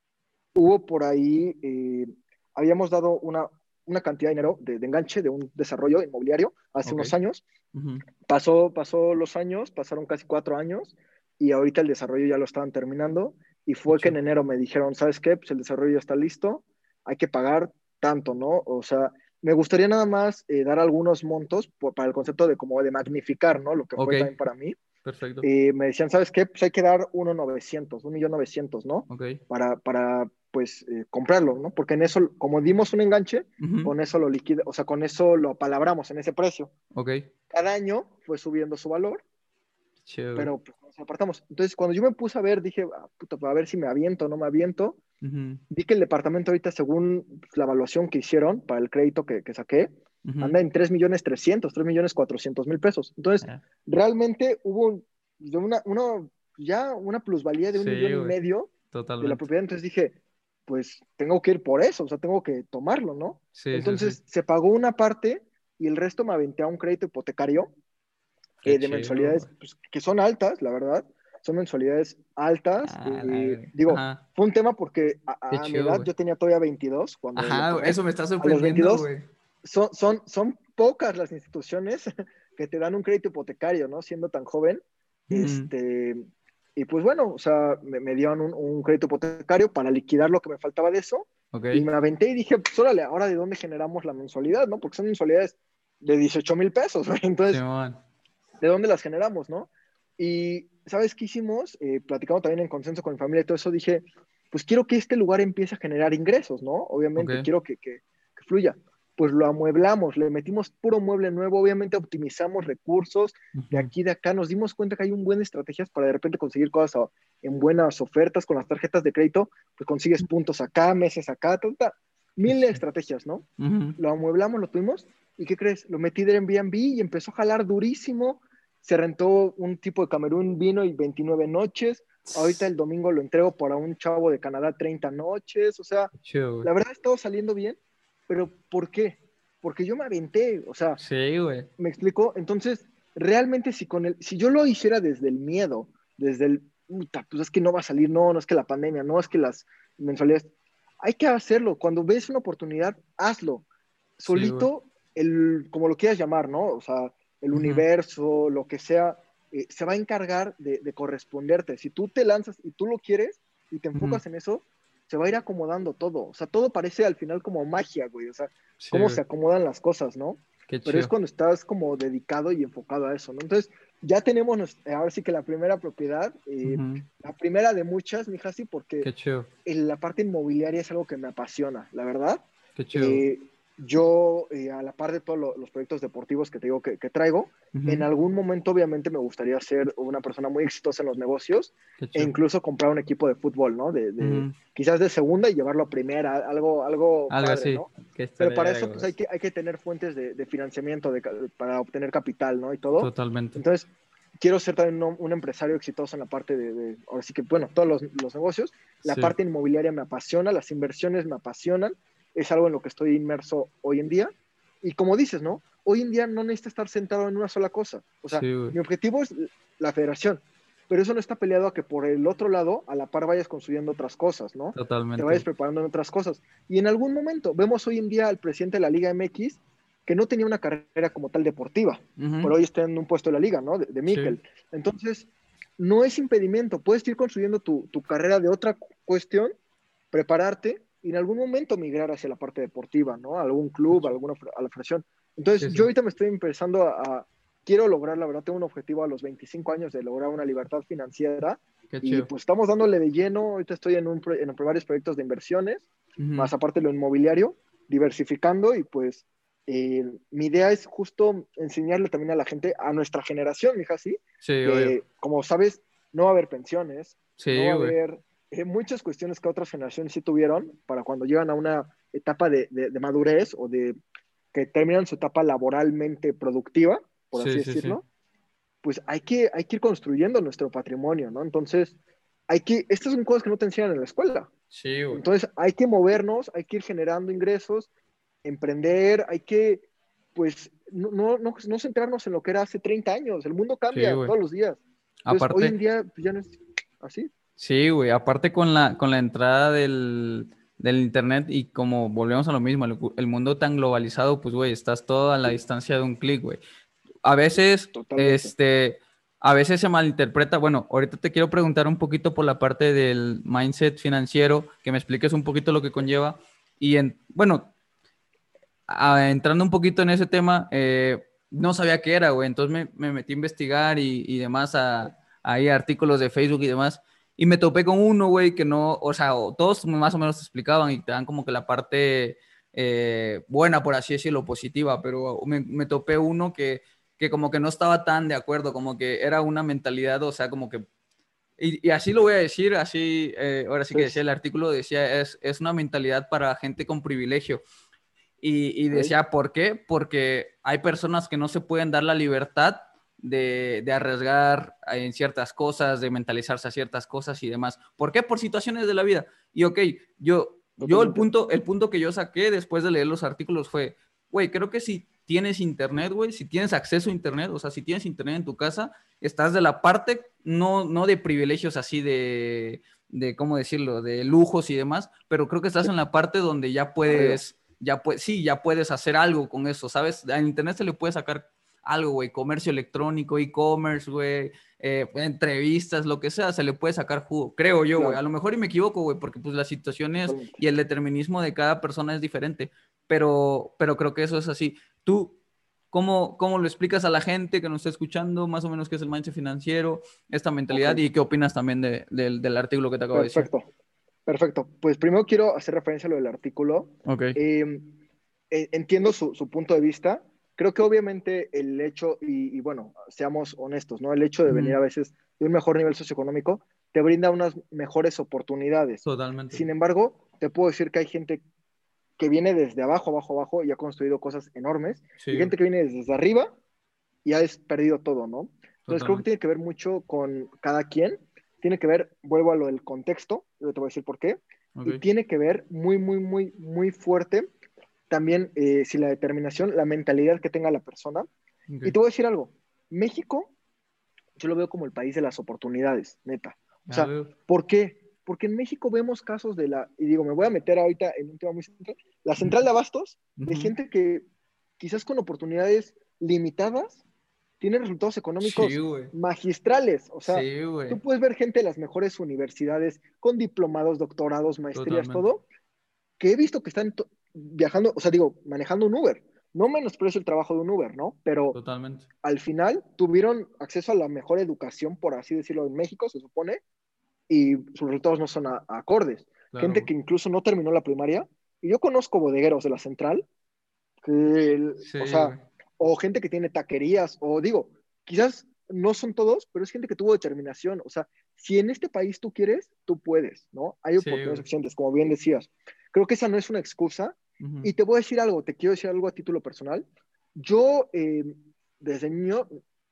hubo por ahí, eh, habíamos dado una, una cantidad de dinero de, de enganche de un desarrollo inmobiliario hace Ok. unos años. Ujú. Pasó, pasó los años, pasaron casi cuatro años y ahorita el desarrollo ya lo estaban terminando y Qué fue que en chido. enero me dijeron, ¿sabes qué? Pues el desarrollo ya está listo, hay que pagar tanto, ¿no? O sea, me gustaría nada más eh, dar algunos montos por, para el concepto de como de magnificar, ¿no? Lo que Ok, fue también para mí. perfecto. Eh, me decían, ¿sabes qué? Pues hay que dar uno novecientos, un millón novecientos, ¿no? Ok. Para, para pues, eh, comprarlo, ¿no? Porque en eso, como dimos un enganche, Ujú. con eso lo liquida, o sea, con eso lo apalabramos en ese precio. Ok. Cada año fue subiendo su valor, Chido, güey. pero pues nos apartamos. Entonces, cuando yo me puse a ver, dije, ah, puta, pues, a ver si me aviento o no me aviento. Ujú. Vi que el departamento ahorita, según pues, la evaluación que hicieron para el crédito que, que saqué, Ujú. anda en tres millones trescientos, tres millones cuatrocientos mil pesos. Entonces, Ya. realmente hubo un- de una, una, ya una plusvalía de un millón Sí, y güey. medio de la Totalmente. propiedad. Entonces dije, pues tengo que ir por eso, o sea, tengo que tomarlo, ¿no? Sí, sí, sí. Entonces se pagó una parte y el resto me aventé a un crédito hipotecario Qué eh, de chido, mensualidades güey. pues, que son altas, la verdad, son mensualidades altas. Ah, la Eh, verga. digo, Ajá. fue un tema porque Qué a, a mi chido, edad güey. yo tenía todavía veintidós cuando lo Ajá, tomé. eso me está A los sorprendiendo, veintidós güey. son, son, son pocas las instituciones que te dan un crédito hipotecario, ¿no? Siendo tan joven. Ujú. Este, y pues bueno, o sea, me, me dieron un, un crédito hipotecario para liquidar lo que me faltaba de eso. Ok. Y me aventé y dije, pues órale, ahora de dónde generamos la mensualidad, ¿no? Porque son mensualidades de dieciocho mil pesos, ¿no? Entonces, Simón. ¿de dónde las generamos, no? Y, ¿sabes qué hicimos? Eh, platicando también en consenso con mi familia y todo eso, dije, pues quiero que este lugar empiece a generar ingresos, ¿no? Ok. Obviamente, quiero que, que, que fluya. Pues lo amueblamos, le metimos puro mueble nuevo, obviamente optimizamos recursos de Ujú. aquí, de acá, nos dimos cuenta que hay un buen estrategias para de repente conseguir cosas a- en buenas ofertas con las tarjetas de crédito, pues consigues puntos acá, meses acá, tanta, Qué mil de chido. estrategias, ¿no? Ujú. Lo amueblamos, lo tuvimos, ¿y qué crees? Lo metí de Airbnb y empezó a jalar durísimo. Se rentó un tipo de Camerún vino y veintinueve noches. Ahorita el domingo lo entrego para un chavo de Canadá treinta noches. O sea, Qué chido, güey. la verdad ha estado saliendo bien, pero ¿por qué? Porque yo me aventé, o sea, Sí, güey. ¿me explico? Entonces, realmente si con el, si yo lo hiciera desde el miedo, desde el, puta, pues es que no va a salir, no, no es que la pandemia, no es que las mensualidades, hay que hacerlo. Cuando ves una oportunidad, hazlo. Sí, güey. Solito, el, como lo quieras llamar, ¿no? O sea, el Ujú. universo, lo que sea, eh, se va a encargar de, de corresponderte. Si tú te lanzas y tú lo quieres y te Ujú. enfocas en eso, se va a ir acomodando todo. O sea, todo parece al final como magia, güey. O sea, Sí, cómo se güey. acomodan las cosas, ¿no? Qué Pero es chido. cuando estás como dedicado y enfocado a eso, ¿no? Entonces, ya tenemos, nos- ahora sí que la primera propiedad, eh, Ujú. la primera de muchas, mija, sí, porque Qué chido. en la parte inmobiliaria es algo que me apasiona, la verdad. Qué chido, güey. Eh, yo, eh, a la par de todos lo- los proyectos deportivos que te digo que, que traigo, en Ujú. algún momento obviamente me gustaría ser una persona muy exitosa en los negocios Qué e chido. incluso comprar un equipo de fútbol, ¿no? De, de- Ujú. quizás de segunda y llevarlo a primera, algo, algo Algo padre, así. ¿no? Que Pero estaría para verga, eso güey. pues hay que, hay que tener fuentes de, de financiamiento de, ca- para obtener capital, ¿no? Y todo. Totalmente. Entonces, quiero ser también un, un empresario exitoso en la parte de, de- ahora sí que, bueno, todos los, los negocios. La Sí. parte inmobiliaria me apasiona, las inversiones me apasionan, es algo en lo que estoy inmerso hoy en día. Y como dices, ¿no? Hoy en día no necesita estar sentado en una sola cosa. O sea, Sí, güey. mi objetivo es la federación, pero eso no está peleado a que por el otro lado, a la par vayas construyendo otras cosas, ¿no? Te Totalmente. vayas preparando en otras cosas. Y en algún momento, vemos hoy en día al presidente de la Liga M X, que no tenía una carrera como tal deportiva, Ujú. pero hoy está en un puesto de la liga, ¿no? De, de Mikel. Sí. Entonces, no es impedimento, puedes ir construyendo tu, tu carrera de otra cuestión, prepararte y en algún momento migrar hacia la parte deportiva, ¿no? A algún club, a alguna a la federación. Entonces, Sí, sí. yo ahorita me estoy empezando a, a, quiero lograr, la verdad, tengo un objetivo a los veinticinco años de lograr una libertad financiera Qué y chido. pues estamos dándole de lleno, ahorita estoy en, un, en varios proyectos de inversiones, Ujú. más aparte lo inmobiliario, diversificando y pues eh, mi idea es justo enseñarle también a la gente, a nuestra generación, mija, sí, Sí, obvio. que como sabes, no va a haber pensiones, no Sí, va a güey. haber eh, muchas cuestiones que otras generaciones sí tuvieron para cuando llegan a una etapa de, de, de madurez o de que terminan su etapa laboralmente productiva, por así Sí, sí, sí. decirlo, pues hay que, hay que ir construyendo nuestro patrimonio, ¿no? Entonces, hay que, estas son cosas que no te enseñan en la escuela. Sí, güey. Entonces, hay que movernos, hay que ir generando ingresos, emprender, hay que, pues, no, no, no, no centrarnos en lo que era hace treinta años. El mundo Sí, cambia güey. todos los días. Entonces, hoy en Aparte, día, pues ya no es así. sí, güey. Aparte con la, con la entrada del, del internet y como volvemos a lo mismo, el, el mundo tan globalizado, pues, güey, estás todo a la distancia de un clic, güey. A veces, Totalmente. este, a veces se malinterpreta. Bueno, ahorita te quiero preguntar un poquito por la parte del mindset financiero, que me expliques un poquito lo que conlleva. Y en, bueno, a- entrando un poquito en ese tema, eh, no sabía qué era, güey. Entonces me, me metí a investigar y, y demás, a, ahí artículos de Facebook y demás. Y me topé con uno, güey, que no, o sea, o- todos más o menos te explicaban y te dan como que la parte eh, buena, por así decirlo, positiva, pero me, me topé uno que, que como que no estaba tan de acuerdo, como que era una mentalidad, o sea, como que, y, y así lo voy a decir, así, eh, ahora sí que decía Entonces, el artículo, decía, es, es una mentalidad para gente con privilegio. Y, y ok, decía, ¿por qué? Porque hay personas que no se pueden dar la libertad de, de arriesgar en ciertas cosas, de mentalizarse a ciertas cosas y demás. ¿Por qué? Por situaciones de la vida. Y ok, yo, yo el totalmente. punto, el punto que yo saqué después de leer los artículos fue, güey, creo que si tienes internet, güey, si tienes acceso a internet, o sea, si tienes internet en tu casa, estás de la parte, no, no de privilegios así de, de, ¿cómo decirlo?, de lujos y demás, pero creo que estás Sí, en la parte donde ya arriba. puedes ya pues, sí, ya puedes hacer algo con eso, ¿sabes? En internet se le puede sacar algo, güey, comercio electrónico, e-commerce, güey, eh, entrevistas, lo que sea, se le puede sacar jugo, creo yo, güey. A Claro, lo mejor y me equivoco, güey, porque pues las situaciones totalmente. y el determinismo de cada persona es diferente, pero, pero creo que eso es así. Tú, ¿cómo, cómo lo explicas a la gente que nos está escuchando, más o menos qué es el mindset financiero, esta Ok, mentalidad y qué opinas también de, de, del artículo que te acabo de decir? perfecto. Perfecto. Pues primero quiero hacer referencia a lo del artículo. Ok. Eh, eh, entiendo su, su, punto de vista. Creo que obviamente el hecho, y, y, bueno, seamos honestos, ¿no? El hecho de venir Mm, a veces de un mejor nivel socioeconómico te brinda unas mejores oportunidades. totalmente. Sin embargo, te puedo decir que hay gente que viene desde abajo, abajo, abajo y ha construido cosas enormes, y Sí, güey, gente que viene desde arriba y ha perdido todo, ¿no? Entonces creo que totalmente. tiene que ver mucho con cada quien, tiene que ver, vuelvo a lo del contexto, yo te voy a decir por qué, y Ok. tiene que ver muy, muy, muy, muy fuerte también eh, si la determinación, la mentalidad que tenga la persona. Y Ok. te voy a decir algo, México yo lo veo como el país de las oportunidades, neta. O Ya sea, veo. ¿por qué? Porque en México vemos casos de la, y digo, me voy a meter ahorita en un tema muy central, la central de abastos, de Ujú. gente que quizás con oportunidades limitadas tiene resultados Sí, económicos güey. magistrales. O sea, Sí, güey. tú puedes ver gente de las mejores universidades con diplomados, doctorados, maestrías, Totalmente. todo, que he visto que están viajando, o sea, digo, manejando un Uber. No menosprecio el trabajo de un Uber, ¿no? Pero Totalmente. al final tuvieron acceso a la mejor educación, por así decirlo, en México, se supone, y sus resultados no son a, a acordes. Claro, Gente güey. que incluso no terminó la primaria, y yo conozco bodegueros de la central, que, o Sí, sea, güey. o gente que tiene taquerías, o digo, quizás no son todos, pero es gente que tuvo determinación. O sea, si en este país tú quieres, tú puedes, ¿no? Hay Sí, oportunidades güey. suficientes, como bien decías. Creo que esa no es una excusa. Ujú. Y te voy a decir algo, te quiero decir algo a título personal. Yo, eh, desde niño,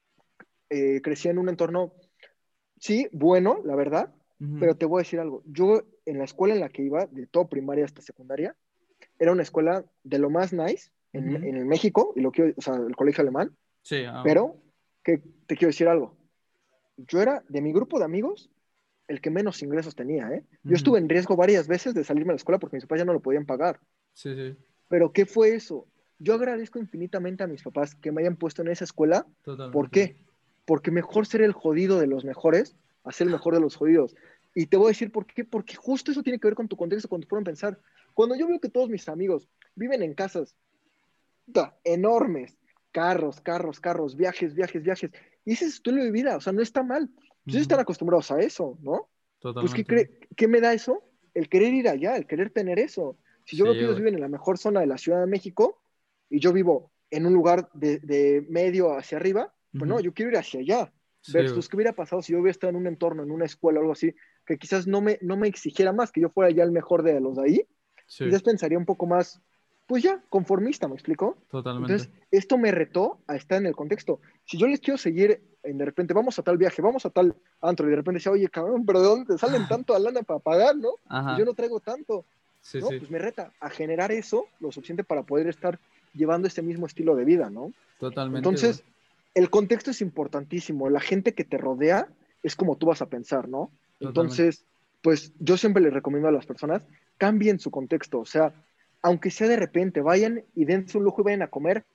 eh, crecí en un entorno, sí, bueno, la verdad, Ujú. pero te voy a decir algo. Yo, en la escuela en la que iba, de todo primaria hasta secundaria, era una escuela de lo más nice en, Ujú. en México, y lo quiero, o sea, el colegio alemán, Sí, ah, ok. pero que te quiero decir algo. yo era de mi grupo de amigos el que menos ingresos tenía, ¿eh? Yo Ujú. estuve en riesgo varias veces de salirme de la escuela porque mis papás ya no lo podían pagar. Sí, sí, Pero ¿qué fue eso? Yo agradezco infinitamente a mis papás que me hayan puesto en esa escuela. ¿Por totalmente, güey. qué? Porque mejor ser el jodido de los mejores a ser el mejor de los jodidos. Y te voy a decir por qué. Porque justo eso tiene que ver con tu contexto, con tu forma de pensar. Cuando yo veo que todos mis amigos viven en casas puta, enormes, carros, carros, carros, viajes, viajes, viajes, y ese es su estilo de vida, o sea, no está mal. Pues ellos Ujú. están acostumbrados a eso, ¿no? Pues ¿qué, Totalmente, güey. cree, ¿qué me da eso? El querer ir allá, el querer tener eso. Si yo veo que Sí, ellos güey. viven en la mejor zona de la Ciudad de México y yo vivo en un lugar de, de medio hacia arriba, pues no, Ujú. yo quiero ir hacia allá. Sí, güey. Versus qué hubiera pasado si yo hubiera estado en un entorno, en una escuela o algo así, que quizás no me, no me exigiera más, que yo fuera ya el mejor de los de ahí, Sí, quizás pensaría un poco más, pues ya, conformista, ¿me explico? totalmente. Entonces, esto me retó a estar en el contexto. Si yo les quiero seguir, en de repente, vamos a tal viaje, vamos a tal antro, y de repente decía, oye, cabrón, pero ¿de dónde te salen tanto a lana para pagar, no? Pues yo Ajá. no traigo tanto, Sí, ¿no? sí. Pues me reta a generar eso lo suficiente para poder estar llevando este mismo estilo de vida, ¿no? Totalmente, güey. Entonces, el contexto es importantísimo. La gente que te rodea es como tú vas a pensar, ¿no? Totalmente. Entonces, pues yo siempre les recomiendo a las personas, cambien su contexto. O sea, aunque sea de repente, vayan y dense un lujo y vayan a comer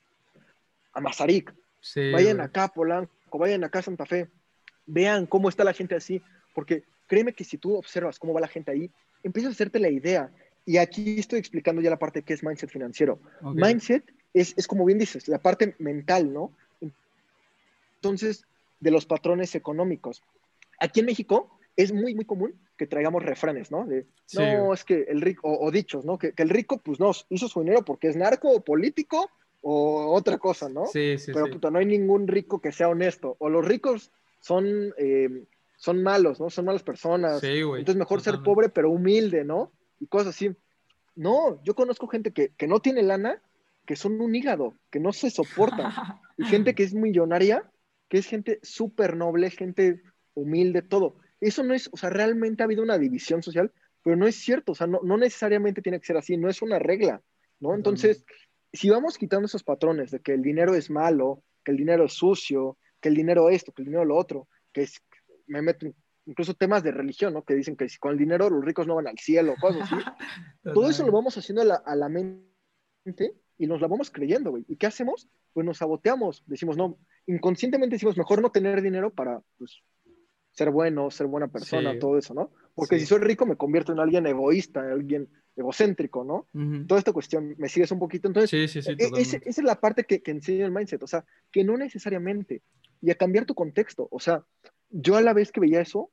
a Mazarik, Sí, vayan güey. acá a Polanco, vayan acá a Santa Fe, vean cómo está la gente así, porque créeme que si tú observas cómo va la gente ahí, empiezas a hacerte la idea. Y aquí estoy explicando ya la parte que es mindset financiero. Ok. Mindset es, es como bien dices, la parte mental, ¿no? Entonces, de los patrones económicos. Aquí en México es muy, muy común que traigamos refranes, ¿no? De, Sí, güey. no, es que el rico, o, o dichos, ¿no? Que, que, el rico, pues no, hizo su dinero porque es narco o político o otra cosa, ¿no? Sí, sí, Pero, sí. puta, no hay ningún rico que sea honesto. O los ricos son, eh, son malos, ¿no? Son malas personas. Sí, güey. Entonces, mejor ser Totalmente. pobre, pero humilde, ¿no? Y cosas así. No, yo conozco gente que, que no tiene lana, que son un hígado, que no se soportan. Y gente que es millonaria, que es gente súper noble, gente humilde, todo. Eso no es, o sea, realmente ha habido una división social, pero no es cierto, o sea, no, no necesariamente tiene que ser así, no es una regla, ¿no? Totalmente. Entonces, si vamos quitando esos patrones de que el dinero es malo, que el dinero es sucio, que el dinero esto, que el dinero lo otro, que es, me meto incluso temas de religión, ¿no? Que dicen que si con el dinero los ricos no van al cielo, cosas así, todo eso lo Totalmente. vamos haciendo a la, a la mente y nos la vamos creyendo, güey. ¿Y qué hacemos? Pues nos saboteamos, decimos, no, inconscientemente decimos, mejor no tener dinero para, pues, ser bueno, ser buena persona, Sí, güey. todo eso, ¿no? Porque si Sí. soy rico me convierto en alguien egoísta, en alguien egocéntrico, ¿no? Ujú. Toda esta cuestión, ¿me sigues un poquito? Entonces, Sí, sí, e- sí, e- ese- totalmente. esa es la parte que, que enseña el mindset, o sea, que no necesariamente, y a cambiar tu contexto, o sea, yo a la vez que veía eso,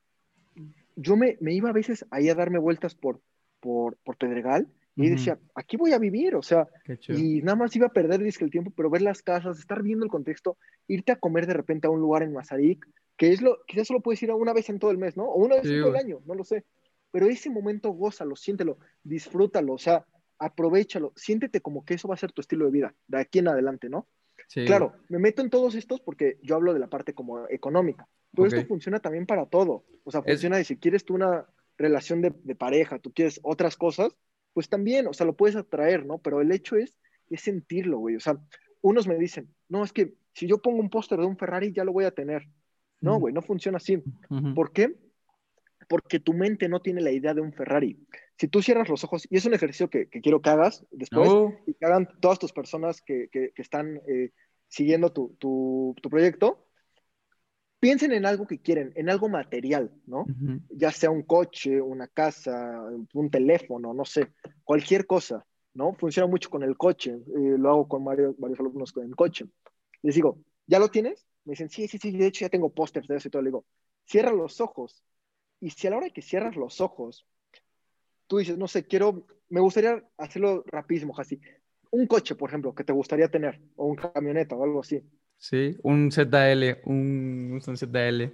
yo me, me iba a veces ahí a darme vueltas por, por, por Pedregal y ahí Ujú. decía, aquí voy a vivir, o sea, Qué chido. y nada más iba a perder disque el tiempo, pero ver las casas, estar viendo el contexto, irte a comer de repente a un lugar en Mazarik, que es lo, quizás solo puedes ir a una vez en todo el mes, ¿no? O una vez en Sí, todo el güey. año, no lo sé. Pero ese momento gózalo, siéntelo, disfrútalo, o sea, aprovéchalo, siéntete como que eso va a ser tu estilo de vida de aquí en adelante, ¿no? Sí, güey. Claro, me meto en todos estos porque yo hablo de la parte como económica, pero esto Ok. funciona también para todo. O sea, Es, funciona de si quieres tú una relación de, de pareja, tú quieres otras cosas, pues también, o sea, lo puedes atraer, ¿no? Pero el hecho es, es sentirlo, güey. O sea, unos me dicen, no, es que si yo pongo un póster de un Ferrari ya lo voy a tener. No, ujú, güey, no funciona así. ujú. ¿Por qué? Porque tu mente no tiene la idea de un Ferrari. Si tú cierras los ojos, y es un ejercicio que, que quiero que hagas después, No. y que hagan todas tus personas que, que, que están eh, siguiendo tu, tu, tu proyecto, piensen en algo que quieren, en algo material, ¿no? Ujú. Ya sea un coche, una casa, un teléfono, no sé, cualquier cosa, ¿no? Funciona mucho con el coche, eh, lo hago con varios, varios alumnos con el coche. Les digo, ¿ya lo tienes? Me dicen, sí, sí, sí, de hecho ya tengo pósters de eso y todo. Le digo, cierra los ojos. Y si a la hora que cierras los ojos, tú dices, no sé, quiero, me gustaría hacerlo rapidísimo, así. Un coche, por ejemplo, que te gustaría tener, o un camioneta o algo así. Sí, un Z L, un, un Z L.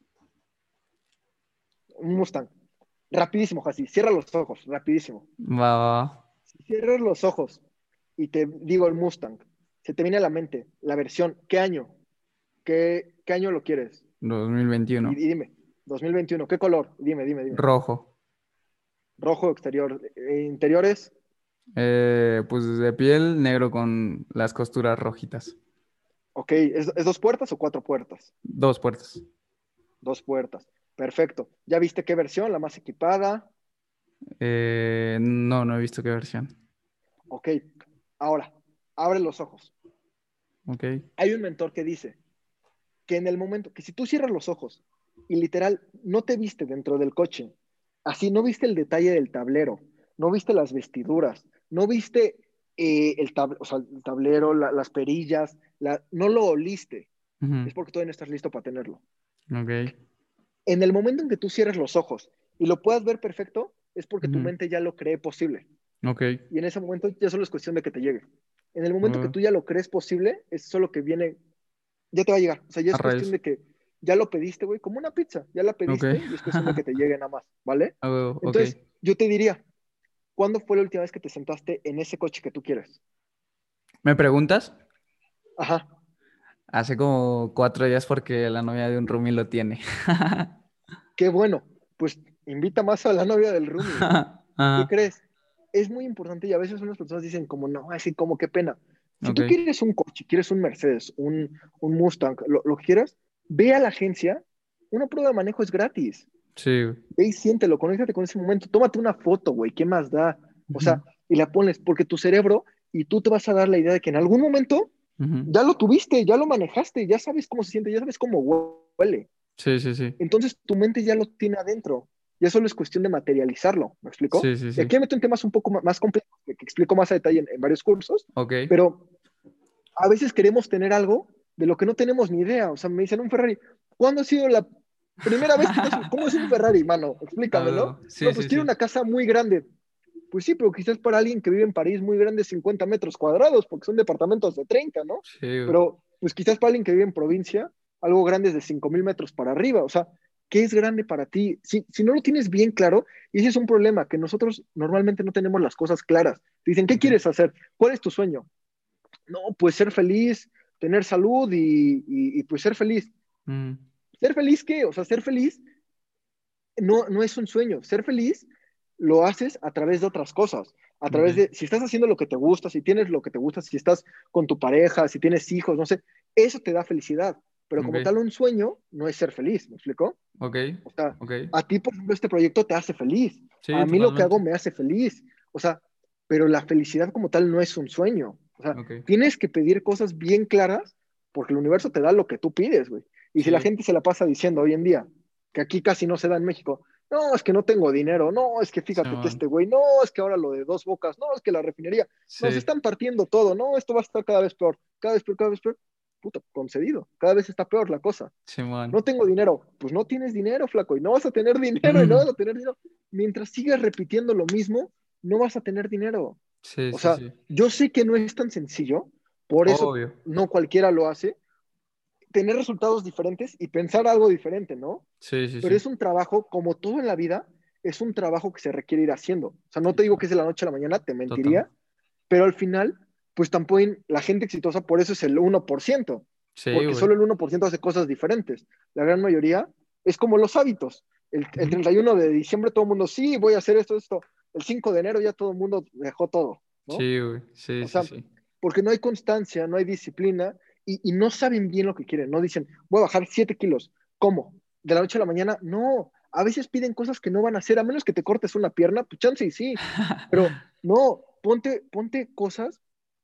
Un Mustang. Rapidísimo, así. Cierra los ojos, rapidísimo. Va, va, va. Si cierras los ojos y te digo el Mustang, se te viene a la mente la versión, ¿qué año? ¿Qué, qué año lo quieres? dos mil Y, veintiuno. y dime, dos mil veintiuno, ¿qué color? Dime, dime, dime. Rojo. Rojo exterior, eh, interiores, Eh, pues de piel negro con las costuras rojitas. ok, ¿Es, es dos puertas o cuatro puertas? Dos puertas. Dos puertas. Perfecto. ¿Ya viste qué versión? ¿La más equipada? Eh, no, no he visto qué versión. Ok. Ahora, abre los ojos. Ok. Hay un mentor que dice que en el momento, que si tú cierras los ojos y literal no te viste dentro del coche, así no viste el detalle del tablero, no viste las vestiduras, no viste eh, el, tab o sea, el tablero, la, las perillas, la, no lo oliste, Ujú. es porque todavía no estás listo para tenerlo. Ok. En el momento en que tú cierres los ojos y lo puedas ver perfecto, es porque tu Ujú. mente ya lo cree posible. Ok. Y en ese momento ya solo es cuestión de que te llegue. En el momento que Uh, tú ya lo crees posible, es solo que viene, ya te va a llegar. O sea, ya a es cuestión rayos. de que ya lo pediste, güey, como una pizza. Ya la Ok. pediste y es cuestión de que te llegue nada más, ¿vale? A huevo, ok. Entonces, yo te diría, ¿cuándo fue la última vez que te sentaste en ese coche que tú quieres? ¿Me preguntas? Ajá, Hace como cuatro días porque la novia de un roomie lo tiene. qué bueno. Pues invita más a la novia del roomie, güey. ¿Qué Ajá. crees? Es muy importante y a veces unas personas dicen como, no, así como qué pena. Si tú Ok. quieres un coche, quieres un Mercedes, un, un Mustang, lo, lo que quieras, ve a la agencia, una prueba de manejo es gratis. Sí, güey. Ve y siéntelo, conéctate con ese momento, tómate una foto, güey, ¿qué más da? O Ujú. sea, y la pones, porque tu cerebro y tú te vas a dar la idea de que en algún momento Ujú. ya lo tuviste, ya lo manejaste, ya sabes cómo se siente, ya sabes cómo huele. Sí, sí, sí. Entonces tu mente ya lo tiene adentro. Ya solo es cuestión de materializarlo, ¿me explico? Sí, sí, Y sí. aquí me meto en temas un poco ma- más complejos, que, que explico más a detalle en, en varios cursos, Ok. pero a veces queremos tener algo de lo que no tenemos ni idea. O sea, me dicen un Ferrari, ¿cuándo ha sido la primera vez que estás... ¿Cómo es un Ferrari, mano? A Explícamelo. huevo. Sí, No, sí, pues quiero sí. una casa muy grande. Pues sí, pero quizás para alguien que vive en París muy grande, cincuenta metros cuadrados, porque son departamentos de treinta, ¿no? Sí, güey. Pero pues quizás para alguien que vive en provincia, algo grande es de cinco mil metros para arriba. O sea, ¿qué es grande para ti? Si, si no lo tienes bien claro, y ese es un problema, que nosotros normalmente no tenemos las cosas claras. Te dicen, ¿qué Ok. quieres hacer? ¿Cuál es tu sueño? No, pues ser feliz, tener salud y, y, y pues ser feliz. Mm. ¿Ser feliz qué? O sea, ser feliz no, no es un sueño. Ser feliz lo haces a través de otras cosas. A través Ok. de, si estás haciendo lo que te gusta, si tienes lo que te gusta, si estás con tu pareja, si tienes hijos, no sé, eso te da felicidad. Pero como Ok. tal, un sueño no es ser feliz, ¿me explicó? Ok. O sea, Ok. a ti, por ejemplo, este proyecto te hace feliz. Sí, A mí lo que hago totalmente. me hace feliz. O sea, pero la felicidad como tal no es un sueño. O sea, Ok. tienes que pedir cosas bien claras porque el universo te da lo que tú pides, güey. Y si la Sí. gente se la pasa diciendo hoy en día, que aquí casi no se da en México, no, es que no tengo dinero, no, es que fíjate que Simón. este güey, no, es que ahora lo de dos bocas, no, es que la refinería, nos Sí. están partiendo todo, no, esto va a estar cada vez peor, cada vez peor, cada vez peor. Puta, concedido, cada vez está peor la cosa. Simón. No tengo dinero. Pues no tienes dinero, flaco, y no vas a tener dinero y no vas a tener dinero. Mientras sigas repitiendo lo mismo, no vas a tener dinero. Sí, O sí, sea, sí. yo sé que no es tan sencillo, por eso Obvio. no cualquiera lo hace, tener resultados diferentes y pensar algo diferente, ¿no? Sí, sí, Pero sí. es un trabajo, como todo en la vida, es un trabajo que se requiere ir haciendo. O sea, no te digo que es de la noche a la mañana, te Total. mentiría, pero al final, pues tampoco la gente exitosa por eso es el uno por ciento, Sí, porque güey. solo el uno por ciento hace cosas diferentes. La gran mayoría es como los hábitos. El, el Ujú. treinta y uno de diciembre todo el mundo, sí, voy a hacer esto, esto. El cinco de enero ya todo el mundo dejó todo, ¿no? Sí, güey. Sí, O sí, sea, sí. porque no hay constancia, no hay disciplina y, y no saben bien lo que quieren. No dicen, voy a bajar siete kilos. ¿Cómo? ¿De la noche a la mañana? No. A veces piden cosas que no van a hacer, a menos que te cortes una pierna, pues chance y sí. Pero no, ponte, ponte cosas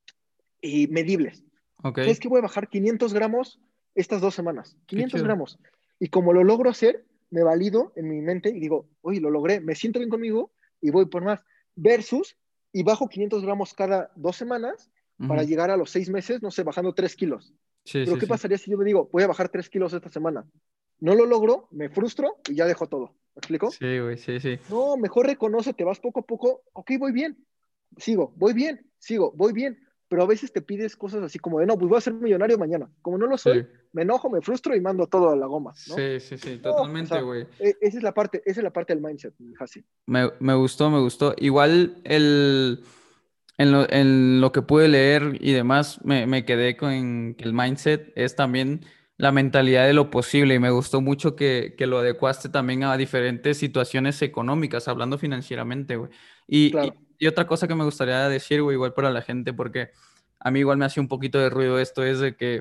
y medibles. Ok. ¿Sabes qué? Voy a bajar quinientos gramos estas dos semanas. Qué quinientos chido. gramos. Y como lo logro hacer, me valido en mi mente y digo, oye, lo logré, me siento bien conmigo y voy por más. Versus, y bajo quinientos gramos cada dos semanas para Ujú. llegar a los seis meses, no sé, bajando tres kilos. Sí, Pero sí, ¿qué sí. pasaría si yo me digo, voy a bajar tres kilos esta semana? No lo logro, me frustro y ya dejo todo. ¿Me explico? Sí, güey. Sí, sí. No, mejor reconoce, te vas poco a poco, ok, voy bien, sigo, voy bien, sigo, voy bien, pero a veces te pides cosas así como de, no, pues voy a ser millonario mañana. Como no lo soy, Sí. me enojo, me frustro y mando todo a la goma, ¿no? Sí, sí, sí. No, o Totalmente, sea, güey. e- esa es la parte, esa es la parte del mindset, mi Hasi. Me, me gustó, me gustó. Igual el, en lo, en lo que pude leer y demás, me, me quedé con que el mindset es también la mentalidad de lo posible y me gustó mucho que, que lo adecuaste también a diferentes situaciones económicas, hablando financieramente, güey. Y, y, Claro, y otra cosa que me gustaría decir, güey, igual para la gente, porque a mí igual me hace un poquito de ruido esto, es de que,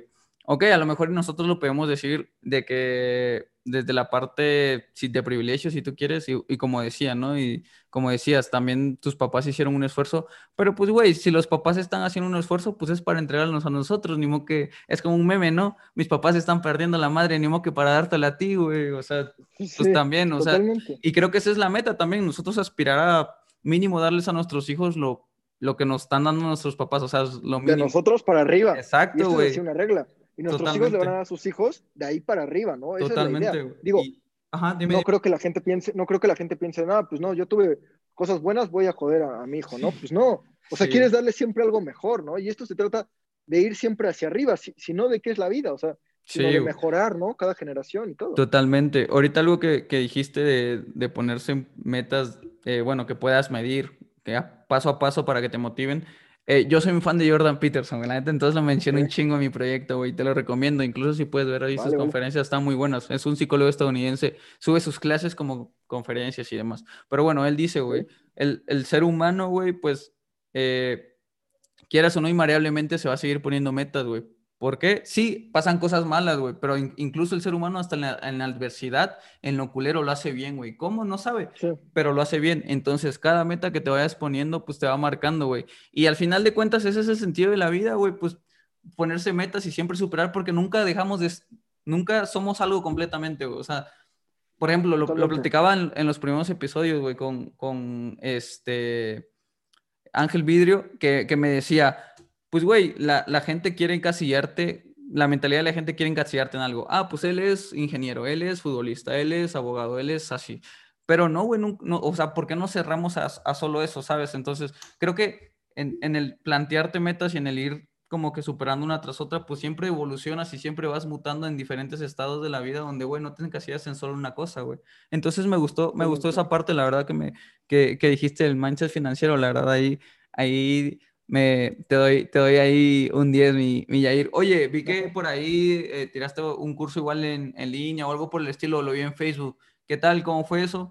Ok, a lo mejor nosotros lo podemos decir de que desde la parte sí, de privilegio, si tú quieres, y, y como decía, ¿no? Y como decías, también tus papás hicieron un esfuerzo, pero pues, güey, si los papás están haciendo un esfuerzo, pues es para entregarnos a nosotros, ni modo que, es como un meme, ¿no? Mis papás están perdiendo la madre, ni modo que para dártela a ti, güey, o sea, pues Sí, también, o sea, totalmente. y creo que esa es la meta también, nosotros aspirar a mínimo darles a nuestros hijos lo, lo que nos están dando nuestros papás, o sea, es lo De mínimo. nosotros para arriba. Y Exacto, esto es así güey. una regla. Y nuestros hijos le van a dar Totalmente, a sus hijos de ahí para arriba, ¿no? Esa es la idea. totalmente, güey. Digo, Y, ajá, dime, no dime. creo que la gente piense, no creo que la gente piense, nada, pues no, yo tuve cosas buenas, voy a joder a, a mi hijo, ¿no? Pues no. O sea, Sí, quieres darle siempre algo mejor, ¿no? Y esto se trata de ir siempre hacia arriba, si, si no de qué es la vida, o sea, sino sí, de güey. mejorar, ¿no? Cada generación y todo. Totalmente. Ahorita algo que, que dijiste de, de ponerse metas, eh, bueno, que puedas medir, que a- paso a paso para que te motiven. Eh, yo soy un fan de Jordan Peterson, güey, la neta, entonces lo Ok, menciono un chingo en mi proyecto, güey, te lo recomiendo. Incluso si puedes ver ahí sus vale, vale. conferencias, están muy buenas. Es un psicólogo estadounidense, sube sus clases como conferencias y demás. Pero bueno, él dice, güey, Ok, el, el ser humano, güey, pues, eh, quieras o no, invariablemente se va a seguir poniendo metas, güey. ¿Por qué? Sí, pasan cosas malas, güey, pero in- incluso el ser humano hasta en la, en la adversidad, en lo culero, lo hace bien, güey. ¿Cómo? No sabe, sí, pero lo hace bien. Entonces, cada meta que te vayas poniendo, pues te va marcando, güey. Y al final de cuentas, ese es el sentido de la vida, güey, pues ponerse metas y siempre superar, porque nunca dejamos de, s- nunca somos algo completamente, güey. O sea, por ejemplo, lo, lo totalmente. platicaba en, en los primeros episodios, güey, con, con este Ángel Vidrio, que, que me decía, pues güey, la, la gente quiere encasillarte, la mentalidad de la gente quiere encasillarte en algo. Ah, pues él es ingeniero, él es futbolista, él es abogado, él es así. Pero no, güey, no, no, o sea, ¿por qué no cerramos a, a solo eso, sabes? Entonces, creo que en, en el plantearte metas y en el ir como que superando una tras otra, pues siempre evolucionas y siempre vas mutando en diferentes estados de la vida donde, güey, no te encasillas en solo una cosa, güey. Entonces me gustó, me gustó Totalmente. esa parte, la verdad que me, que, que dijiste del mindset financiero, la verdad ahí, ahí me, te doy, te doy ahí un diez mi, mi Yair. Oye, vi que por ahí eh, tiraste un curso igual en, en línea o algo por el estilo, lo vi en Facebook. ¿Qué tal? ¿Cómo fue eso?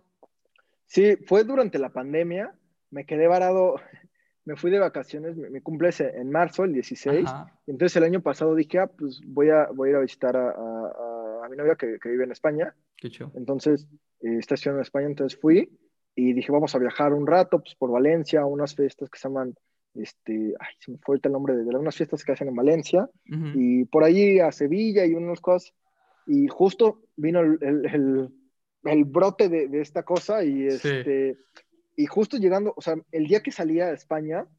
Sí, fue durante la pandemia, me quedé varado, me fui de vacaciones, mi, mi cumple es en marzo, el dieciséis, Ajá, y entonces el año pasado dije, ah, pues voy a, voy a ir a visitar a, a- a mi novia que, que vive en España, qué chido. entonces eh, está estudiando en España, entonces fui y dije, vamos a viajar un rato, pues por Valencia, a unas fiestas que se llaman, este, ay, se me fue ahorita el nombre de, de unas fiestas que hacen en Valencia, Ujú. y por ahí a Sevilla y unas cosas, y justo vino el, el, el- el brote de, de esta cosa y Sí, este y justo llegando, o sea, el día que salía de España,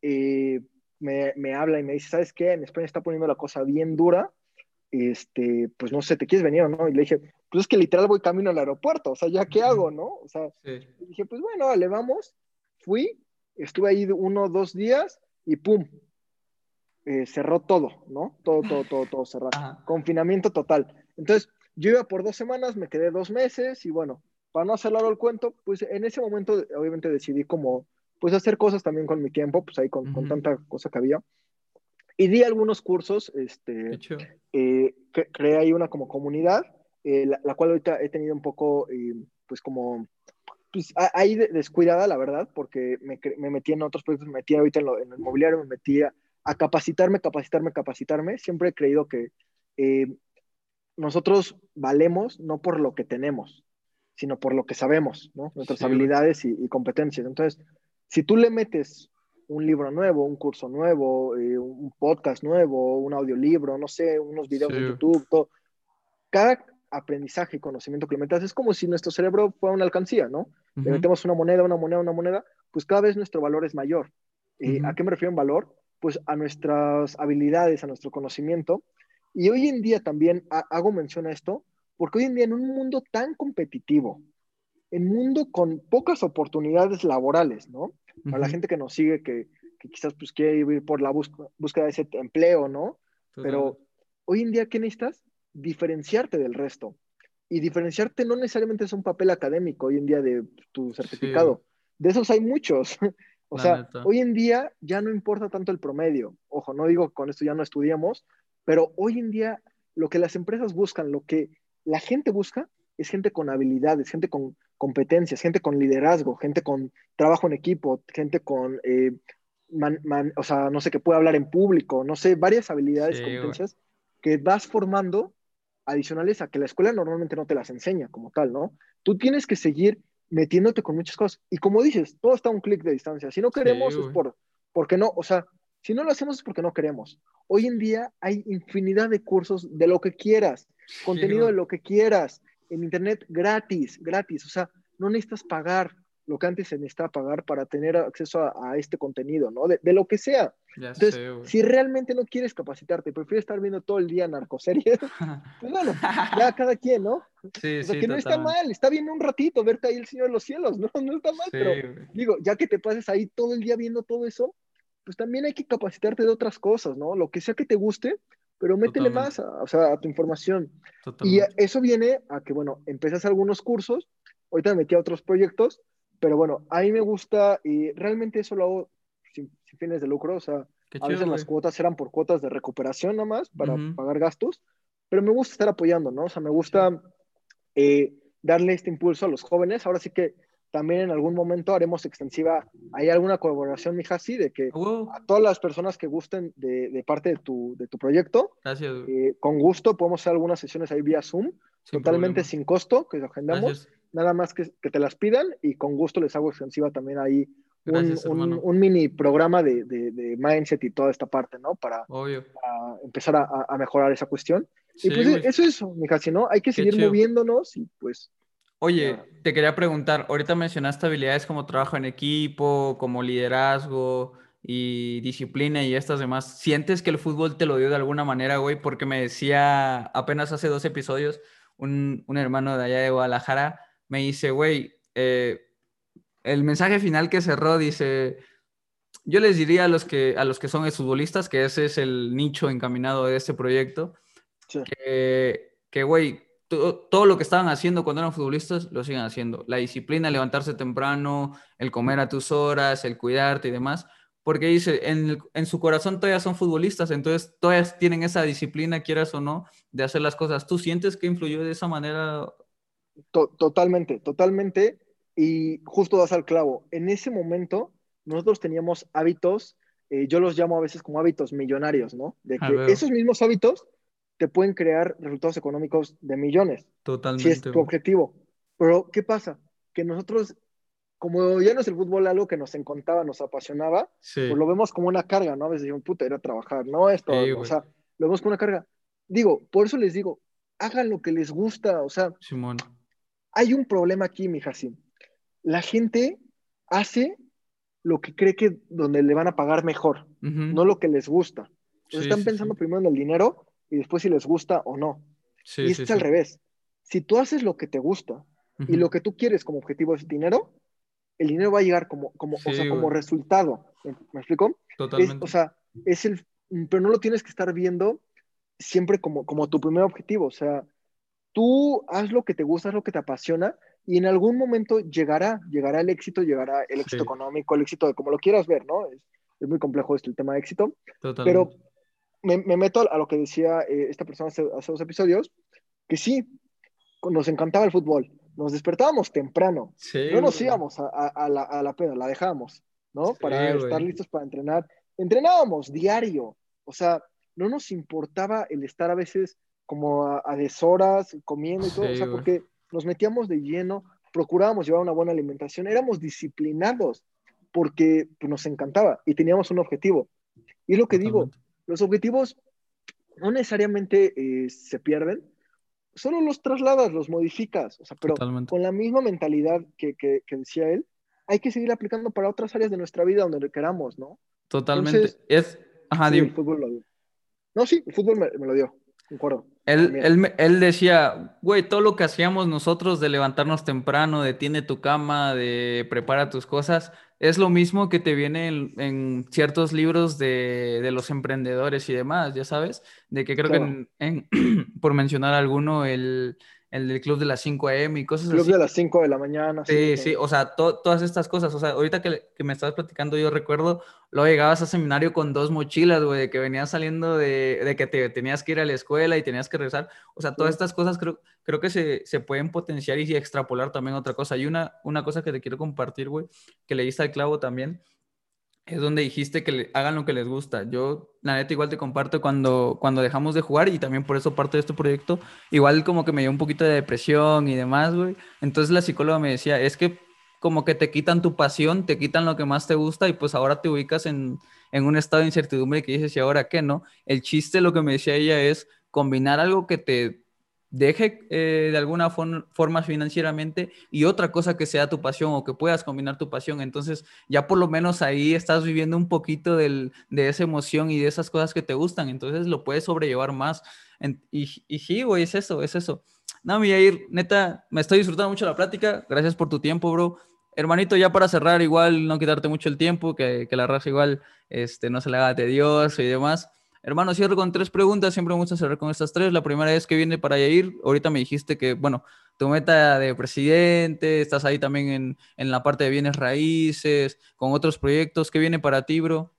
eh, me, me habla y me dice, ¿sabes qué? En España está poniendo la cosa bien dura, este, pues no sé, ¿te quieres venir o no? Y le dije, pues es que literal voy camino al aeropuerto, o sea, ¿ya qué ujú, hago, no? O sea, sí. y dije, pues bueno, vale, vamos. Fui, estuve ahí uno o dos días y pum, eh, cerró todo, ¿no? Todo, todo, todo, todo cerrado. Ajá. Confinamiento total. Entonces, yo iba por dos semanas, me quedé dos meses y bueno, para no hacer largo el cuento, pues en ese momento obviamente decidí como, pues hacer cosas también con mi tiempo, pues ahí con, con Ujú. tanta cosa que había. Y di algunos cursos, Qué este, chido. eh, cre- creé ahí una como comunidad, eh, la, la cual ahorita he tenido un poco, eh, pues como pues a- ahí de- descuidada, la verdad, porque me, cre- me metí en otros proyectos, me metí ahorita en, lo, en el mobiliario, me metí a, a capacitarme, capacitarme, capacitarme. Siempre he creído que eh, nosotros valemos no por lo que tenemos, sino por lo que sabemos, ¿no? Nuestras Sí, güey. habilidades y, y competencias. Entonces, si tú le metes un libro nuevo, un curso nuevo, eh, un podcast nuevo, un audiolibro, no sé, unos Sí, videos en güey. YouTube, todo, cada aprendizaje y conocimiento que le metas es como si nuestro cerebro fuera una alcancía, ¿no? Le Ujú, metemos una moneda, una moneda, una moneda, pues cada vez nuestro valor es mayor. Eh, ¿A ujú. qué me refiero en valor? Pues a nuestras habilidades, a nuestro conocimiento. Y hoy en día también ha- hago mención a esto, porque hoy en día en un mundo tan competitivo, en un mundo con pocas oportunidades laborales, ¿no? Para la Ujú. gente que nos sigue, que, que quizás pues quiere ir por la búsqueda, búsqueda de ese empleo, ¿no? Pero Totalmente. hoy en día, ¿qué necesitas? Diferenciarte del resto. Y diferenciarte no necesariamente es un papel académico hoy en día de tu Sí, güey. certificado. De esos hay muchos. O La sea, neta. hoy en día ya no importa tanto el promedio. Ojo, no digo que con esto ya no estudiamos, pero hoy en día lo que las empresas buscan, lo que la gente busca, es gente con habilidades, gente con competencias, gente con liderazgo, gente con trabajo en equipo, gente con, eh, man, man, o sea, no sé, que puede hablar en público, no sé, varias habilidades, Sí, güey. competencias que vas formando adicionales a que la escuela normalmente no te las enseña como tal, ¿no? Tú tienes que seguir metiéndote con muchas cosas. Y como dices, todo está a un clic de distancia. Si no Sí, queremos es güey. por, porque no, o sea, si no lo hacemos es porque no queremos. Hoy en día hay infinidad de cursos de lo que quieras, Sí, contenido güey. de lo que quieras, en internet gratis, gratis. O sea, no necesitas pagar lo que antes se necesitaba pagar para tener acceso a, a este contenido, ¿no? De, de lo que sea. Ya Entonces, sé, güey. si realmente no quieres capacitarte, prefieres estar viendo todo el día narcoseries, pues bueno, ya cada quien, ¿no? Sí, O sea, sí, que no está totalmente. mal, está bien un ratito verte ahí el Señor de los Cielos, ¿no? No está mal, Sí, pero güey. digo, ya que te pases ahí todo el día viendo todo eso, pues también hay que capacitarte de otras cosas, ¿no? Lo que sea que te guste, pero métele Totalmente. más, a, o sea, a tu información. Y Totalmente. eso viene a que, bueno, empezás algunos cursos, ahorita me metí a otros proyectos, pero bueno, a mí me gusta y realmente eso lo hago sin, sin fines de lucro, o sea, Qué a chido, veces las güey. cuotas eran por cuotas de recuperación nada más para Ujú. pagar gastos, pero me gusta estar apoyando, ¿no? O sea, me Sí. gusta eh, darle este impulso a los jóvenes. Ahora sí que también en algún momento haremos extensiva, hay alguna colaboración, mija, sí, de que A huevo. a todas las personas que gusten de, de parte de tu, de tu proyecto, Gracias, güey. eh, con gusto podemos hacer algunas sesiones ahí vía Zoom, Sin totalmente problema. sin costo, que agendamos, Gracias. nada más que, que te las pidan y con gusto les hago extensiva también ahí un, Gracias, un, hermano. un mini programa de, de, de, mindset y toda esta parte, ¿no? Para, Obvio. para empezar a, a, mejorar esa cuestión. Y Sí, pues güey. eso es eso, mija, si no, hay que Qué seguir chido. moviéndonos y pues ya. Oye, te quería preguntar, ahorita mencionaste habilidades como trabajo en equipo, como liderazgo y disciplina y estas demás. ¿Sientes que el fútbol te lo dio de alguna manera, güey? Porque me decía apenas hace dos episodios un, un hermano de allá de Guadalajara, me dice, güey, eh, el mensaje final que cerró dice, yo les diría a los que, a los que son futbolistas, que ese es el nicho encaminado de este proyecto, Sí, que, que, güey, to- todo lo que estaban haciendo cuando eran futbolistas, lo siguen haciendo. La disciplina, levantarse temprano, el comer a tus horas, el cuidarte y demás. Porque dice, en, el- en su corazón todavía son futbolistas, entonces todavía tienen esa disciplina, quieras o no, de hacer las cosas. ¿Tú sientes que influyó de esa manera? to- totalmente, totalmente. Y justo das al clavo. En ese momento, nosotros teníamos hábitos, eh, yo los llamo a veces como hábitos millonarios, ¿no? De A que ver, esos mismos hábitos te pueden crear resultados económicos de millones, si es totalmente, tu güey. objetivo. Pero, ¿qué pasa? Que nosotros, como ya no es el fútbol algo que nos encantaba, nos apasionaba, pues Sí, lo vemos como una carga, ¿no? A veces decimos, puta, ir a trabajar, no esto, sí, o güey. sea, lo vemos como una carga. Digo, por eso les digo, hagan lo que les gusta, o sea, Simón. hay un problema aquí, mi Jacín. La gente hace lo que cree que donde le van a pagar mejor, Ujú. no lo que les gusta. Entonces Sí, están sí, pensando sí. primero en el dinero y después si les gusta o no. Sí, Y sí, es al sí. revés. Si tú haces lo que te gusta y Ujú. lo que tú quieres como objetivo es dinero, el dinero va a llegar como, como, o sea, Sí, güey. como resultado. ¿Me, me explico? Es, o Totalmente. sea, es el, pero no lo tienes que estar viendo siempre como, como tu primer objetivo. O sea, tú haz lo que te gusta, haz lo que te apasiona y en algún momento llegará, llegará el éxito, llegará el éxito Sí, económico, el éxito de como lo quieras ver, ¿no? Es, es muy complejo este el tema de éxito, pero totalmente. me, me meto a lo que decía eh, esta persona hace, hace dos episodios, que sí, nos encantaba el fútbol, nos despertábamos temprano, Sí, no nos güey. íbamos a, a, a la, a la peda, la dejábamos, ¿no? Sí, Para estar güey. listos para entrenar. Entrenábamos diario, o sea, no nos importaba el estar a veces como a, a deshoras, comiendo y todo, o Sí, sea, güey. porque nos metíamos de lleno, procurábamos llevar una buena alimentación, éramos disciplinados porque pues, nos encantaba y teníamos un objetivo. Y es lo que digo, Totalmente. los objetivos no necesariamente eh, se pierden, solo los trasladas, los modificas, o sea, pero Totalmente. con la misma mentalidad que, que, que decía él, hay que seguir aplicando para otras áreas de nuestra vida donde lo queramos, ¿no? Totalmente. Entonces, Es, ajá, sí, el dime. fútbol lo dio. No, sí, el fútbol me, me lo dio, concuerdo, Él, también. él, me- él decía, güey, todo lo que hacíamos nosotros de levantarnos temprano, de tiende tu cama, de prepara tus cosas, es lo mismo que te viene en, en ciertos libros de, de los emprendedores y demás, ya sabes, de que creo que Claro, en, en- por mencionar alguno, el, el del Club de las cinco a m y cosas club así. de las cinco de la mañana, sí, Sí, sí, también. o sea, to- todas estas cosas, o sea, ahorita que, que me estabas platicando, yo recuerdo, luego llegabas a seminario con dos mochilas, güey, de que venías saliendo de, de que te tenías que ir a la escuela y tenías que regresar, o sea, Sí, todas estas cosas creo, creo que se, se pueden potenciar y extrapolar también a otra cosa. Y una, una cosa que te quiero compartir, güey, que le diste al clavo también, es donde dijiste que le, hagan lo que les gusta. Yo, la neta, igual te comparto cuando, cuando dejamos de jugar y también por eso parte de este proyecto, igual como que me dio un poquito de depresión y demás, güey. Entonces la psicóloga me decía, es que como que te quitan tu pasión, te quitan lo que más te gusta y pues ahora te ubicas en, en un estado de incertidumbre que dices, ¿y ahora qué, no? El chiste, lo que me decía ella, es combinar algo que te deje eh, de alguna for- forma financieramente y otra cosa que sea tu pasión o que puedas combinar tu pasión. Entonces, ya por lo menos ahí estás viviendo un poquito del, de esa emoción y de esas cosas que te gustan, entonces lo puedes sobrellevar más. En, y, y sí, güey, es eso, es eso. No, mi Jair, neta, me estoy disfrutando mucho la plática, gracias por tu tiempo, bro. Hermanito, ya para cerrar, igual no quitarte mucho el tiempo, que, que la raza igual este, no se le haga tedioso y demás. Hermano, cierro con tres preguntas, siempre me gusta cerrar con estas tres. La primera es, ¿qué viene para Yair? Ahorita me dijiste que, bueno, tu meta de presidente, estás ahí también en, en la parte de bienes raíces, con otros proyectos. ¿Qué viene para ti, bro?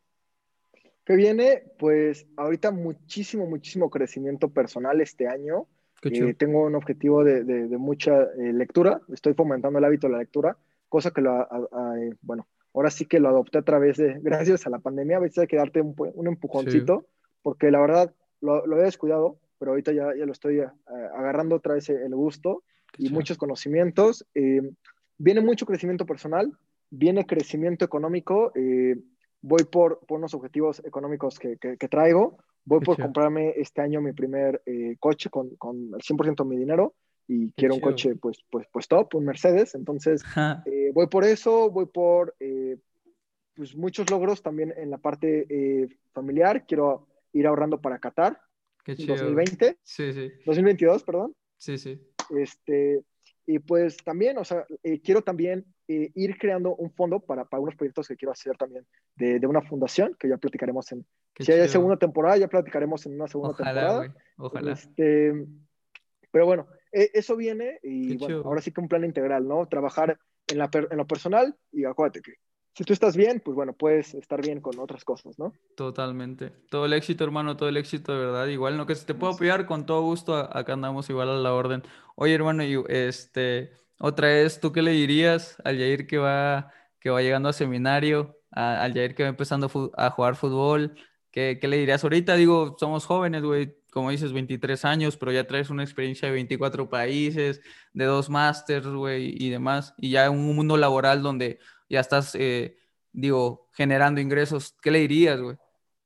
¿Qué viene? Pues ahorita muchísimo, muchísimo crecimiento personal este año. Qué Eh, chido. tengo un objetivo de, de- de mucha eh, lectura. Estoy fomentando el hábito de la lectura, cosa que lo, a- a- eh, bueno, ahora sí que lo adopté a través de, gracias a la pandemia. A veces hay que darte un, pu- un Sí, empujoncito, porque la verdad lo, lo había descuidado, pero ahorita ya, ya lo estoy eh, agarrando otra vez el gusto qué y chido. muchos conocimientos. Eh, viene mucho crecimiento personal, viene crecimiento económico. Eh, voy por, por unos objetivos económicos que, que, que traigo. Voy Qué por chido. comprarme este año mi primer eh, coche con, con el cien por ciento de mi dinero y Qué quiero un chido. coche pues, pues, pues top, un Mercedes. Entonces, eh, voy por eso, voy por eh, pues, muchos logros también en la parte eh, familiar. Quiero ir ahorrando para Qatar Qué en chido, güey. dos mil veinte, Sí, sí, dos mil veintidós, perdón. sí, sí. Este, y pues también, o sea, eh, quiero también eh, ir creando un fondo para, para unos proyectos que quiero hacer también de, de una fundación, que ya platicaremos en, Qué si hay chido. segunda temporada, ya platicaremos en una segunda Ojalá, temporada. güey. Ojalá. Este, pero bueno, eh, eso viene Qué y bueno, chido, güey. ahora sí que un plan integral, ¿no? Trabajar en, la per, en lo personal y acuérdate que si tú estás bien, pues bueno, puedes estar bien con otras cosas, ¿no? Totalmente. Todo el éxito, hermano, todo el éxito, de verdad. Igual no que se te puedo Gracias. apoyar, con todo gusto, a- acá andamos igual a la orden. Oye, hermano, y este, otra vez, ¿tú qué le dirías al Yair que va, que va llegando a seminario, a- al Yair que va empezando a, fu- a jugar fútbol? ¿Qué, qué le dirías? Ahorita digo, somos jóvenes, güey, como dices, veintitrés años, pero ya traes una experiencia de veinticuatro países, de dos másters, güey, y demás, y ya un mundo laboral donde ya estás, eh, digo, generando ingresos. ¿Qué le dirías, güey?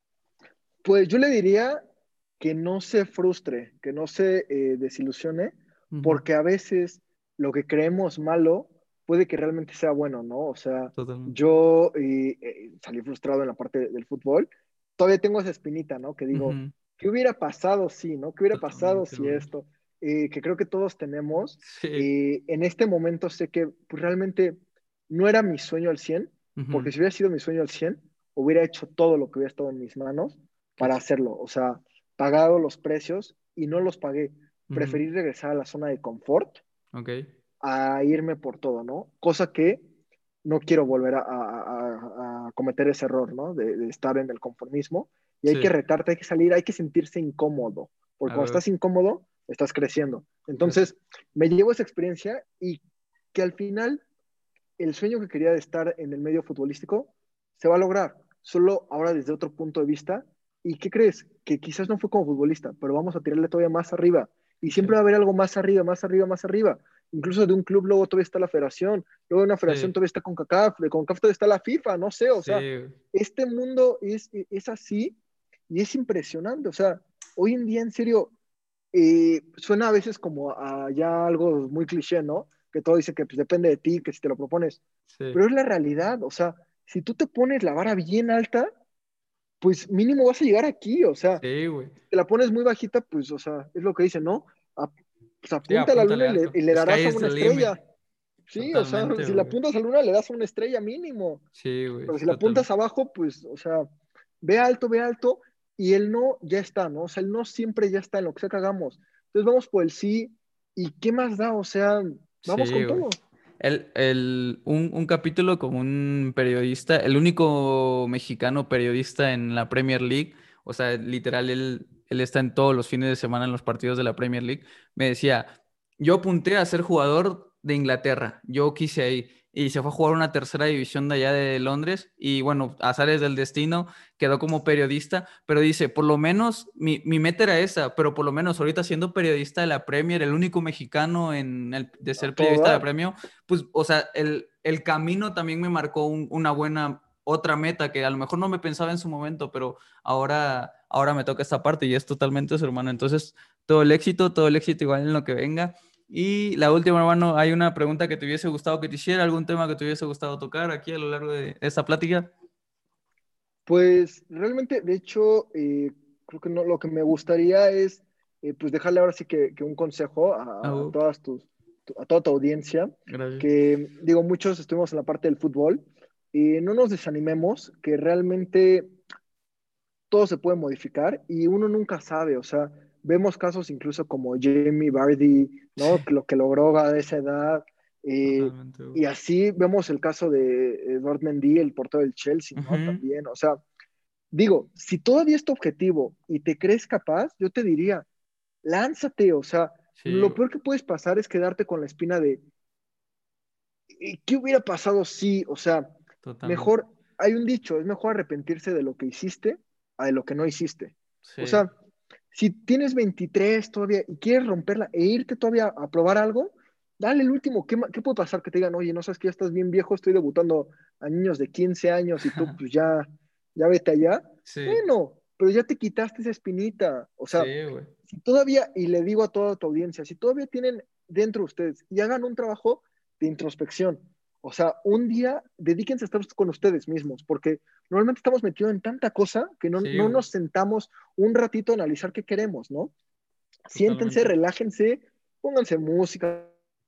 Pues yo le diría que no se frustre, que no se eh, desilusione, Ujú. porque a veces lo que creemos malo puede que realmente sea bueno, ¿no? O sea, Totalmente. yo eh, eh, salí frustrado en la parte del fútbol, todavía tengo esa espinita, ¿no? Que digo, Ujú. ¿qué hubiera pasado si, ¿no? ¿Qué hubiera pasado Totalmente, si güey. esto? Eh, que creo que todos tenemos. Sí. Eh, en este momento sé que pues, realmente no era mi sueño al cien, porque Ujú. si hubiera sido mi sueño al cien, hubiera hecho todo lo que hubiera estado en mis manos Qué para chido. hacerlo. O sea, pagado los precios y no los pagué. Ujú. Preferí regresar a la zona de confort Ok. a irme por todo, ¿no? Cosa que no quiero volver a, a- a- a cometer ese error, ¿no? De, de estar en el conformismo. Y hay que Sí. retarte, hay que salir, hay que sentirse incómodo. Porque A cuando ver. estás incómodo, estás creciendo. Gracias. Entonces, me llevo esa experiencia y que al final el sueño que quería de estar en el medio futbolístico se va a lograr, solo ahora desde otro punto de vista. ¿Y qué crees? Que quizás no fue como futbolista, pero vamos a tirarle todavía más arriba. Y Qué siempre chido. va a haber algo más arriba, más arriba, más arriba. Incluso de un club luego todavía está la federación, luego de una federación Sí. todavía está con CONCACAF, de CONCACAF todavía está la FIFA, no sé, o Sí, sea, güey. este mundo es, es así y es impresionante. O sea, hoy en día, en serio, eh, suena a veces como a ya algo muy cliché, ¿no? Que todo dice que pues, depende de ti, que si te lo propones. Sí. Pero es la realidad, o sea, si tú te pones la vara bien alta, pues mínimo vas a llegar aquí, o sea, Sí, güey. si te la pones muy bajita, pues, o sea, es lo que dicen, ¿no? A- pues Sí, apunta a la apúntale luna y le, alto. y le Sky darás a is una the limit. estrella. Sí, o sea, Totalmente, si le güey. apuntas a la luna, le das a una estrella mínimo. Sí, güey. Pero si la Total. apuntas abajo, pues, o sea, ve alto, ve alto, y el no ya está, ¿no? O sea, el no siempre ya está en lo que sea que hagamos. Entonces vamos por el sí, y ¿qué más da? O sea, vamos Sí, con güey. todo. El, el, un, un capítulo con un periodista, el único mexicano periodista en la Premier League, o sea, literal, él, él está en todos los fines de semana en los partidos de la Premier League, me decía, yo apunté a ser jugador de Inglaterra, yo quise ahí, y se fue a jugar una tercera división de allá de Londres y bueno, azares del destino, quedó como periodista, pero dice, por lo menos mi, mi meta era esa, pero por lo menos ahorita siendo periodista de la Premier, el único mexicano en el, de A ser todo periodista de la dar. Premier, pues, o sea, el, el camino también me marcó un, una buena, otra meta que a lo mejor no me pensaba en su momento, pero ahora, ahora me toca esta parte y es totalmente su hermano. Entonces, todo el éxito, todo el éxito igual en lo que venga. Y la última, hermano, ¿hay una pregunta que te hubiese gustado que te hiciera? ¿Algún tema que te hubiese gustado tocar aquí a lo largo de esta plática? Pues realmente, de hecho, eh, creo que no, lo que me gustaría es eh, pues dejarle ahora sí que, que un consejo Ah, a, a uh, todas tus, tu- a toda tu audiencia, gracias. que digo, muchos estuvimos en la parte del fútbol y no nos desanimemos, que realmente todo se puede modificar y uno nunca sabe, o sea, vemos casos incluso como Jamie Vardy, Sí, ¿no? Que lo que logró a esa edad, eh, totalmente. uh. y así vemos el caso de Edouard Mendy, el portero del Chelsea, ¿no? Ujú. También, o sea, digo, si todavía es tu objetivo y te crees capaz, yo te diría, lánzate, o sea, Sí, lo güey, peor que puedes pasar es quedarte con la espina de, "¿Y ¿qué hubiera pasado si?" O sea, totalmente. mejor, hay un dicho, es mejor arrepentirse de lo que hiciste a de lo que no hiciste. O Sí, sea, si tienes veintitrés todavía y quieres romperla e irte todavía a probar algo, dale el último. ¿Qué, ma- qué puede pasar? Que te digan, oye, no sabes que ya estás bien viejo, estoy debutando a niños de quince años y tú pues ya, ya vete allá. sí, Bueno, pero ya te quitaste esa espinita. O sea, sí, güey. si todavía, y le digo a toda tu audiencia, si todavía tienen dentro de ustedes y hagan un trabajo de introspección, o sea, un día dedíquense a estar con ustedes mismos, porque normalmente estamos metidos en tanta cosa que no, Sí, no güey, nos sentamos un ratito a analizar qué queremos, ¿no? Siéntense, totalmente. relájense, pónganse música,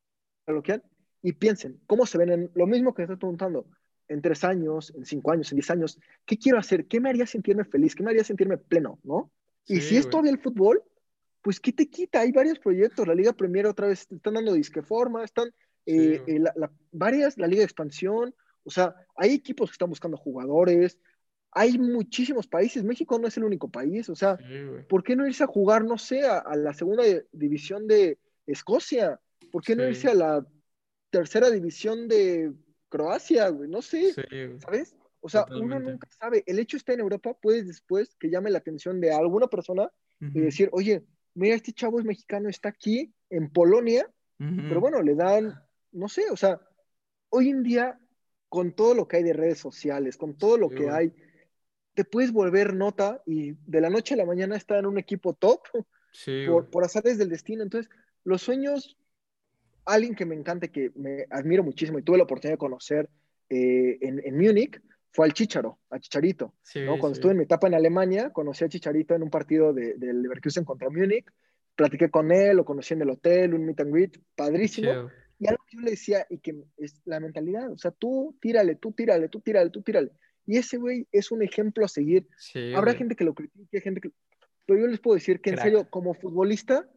lo que hagan, y piensen, ¿cómo se ven en lo mismo que estoy preguntando? En tres años, en cinco años, en diez años, ¿qué quiero hacer? ¿Qué me haría sentirme feliz? ¿Qué me haría sentirme pleno? ¿No? Y si Sí, es güey. todavía el fútbol, pues ¿qué te quita? Hay varios proyectos, la Liga Premier otra vez están dando disque forma, están Sí, eh, güey. eh, la, la, varias, la Liga de Expansión, o sea, hay equipos que están buscando jugadores, hay muchísimos países, México no es el único país, o sea, Sí, güey. ¿por qué no irse a jugar, no sé, a, a la segunda división de Escocia? ¿Por qué no irse Sí, a la tercera división de Croacia, güey? No sé, sí, güey. ¿sabes? O sea, uno Totalmente. nunca sabe. El hecho está en Europa, puedes después que llame la atención de alguna persona y Ujú, decir, oye, mira, este chavo es mexicano, está aquí en Polonia, pero ujú. bueno, le dan, no sé, o sea, hoy en día, con todo lo que hay de redes sociales, con todo lo Sí, que güey. hay, te puedes volver nota y de la noche a la mañana estar en un equipo top Sí, güey. por, por azares del destino. Entonces, los sueños, alguien que me encanta, que me admiro muchísimo y tuve la oportunidad de conocer eh, en, en Múnich, fue al Chicharo, a Chicharito, ¿no? Sí, Cuando estuve sí. en mi etapa en Alemania, conocí a Chicharito en un partido del de Leverkusen contra Múnich, platiqué con él, lo conocí en el hotel, un meet and greet, Qué padrísimo, chido. y algo que yo le decía, y que es la mentalidad, o sea, tú tírale, tú tírale, tú tírale, tú tírale, y ese güey es un ejemplo a seguir. Sí, Habrá güey. gente que lo critique, gente que... Pero yo les puedo decir que en Crack. serio, como futbolista,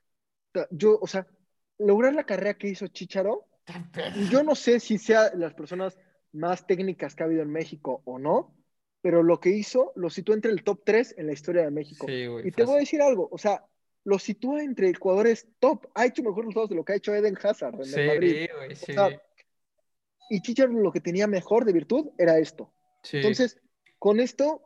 yo, o sea, lograr la carrera que hizo Chicharo, yo no sé si sea las personas más técnicas que ha habido en México o no, pero lo que hizo lo sitúa entre el top tres en la historia de México. Sí, güey, Y te voy a fácil. decir algo, o sea, lo sitúa entre jugadores top. Ha hecho mejores resultados de lo que ha hecho Eden Hazard en el Sí, Madrid. güey, O sea, sí. y Chicharo lo que tenía mejor de virtud era esto. Sí, Entonces, con esto,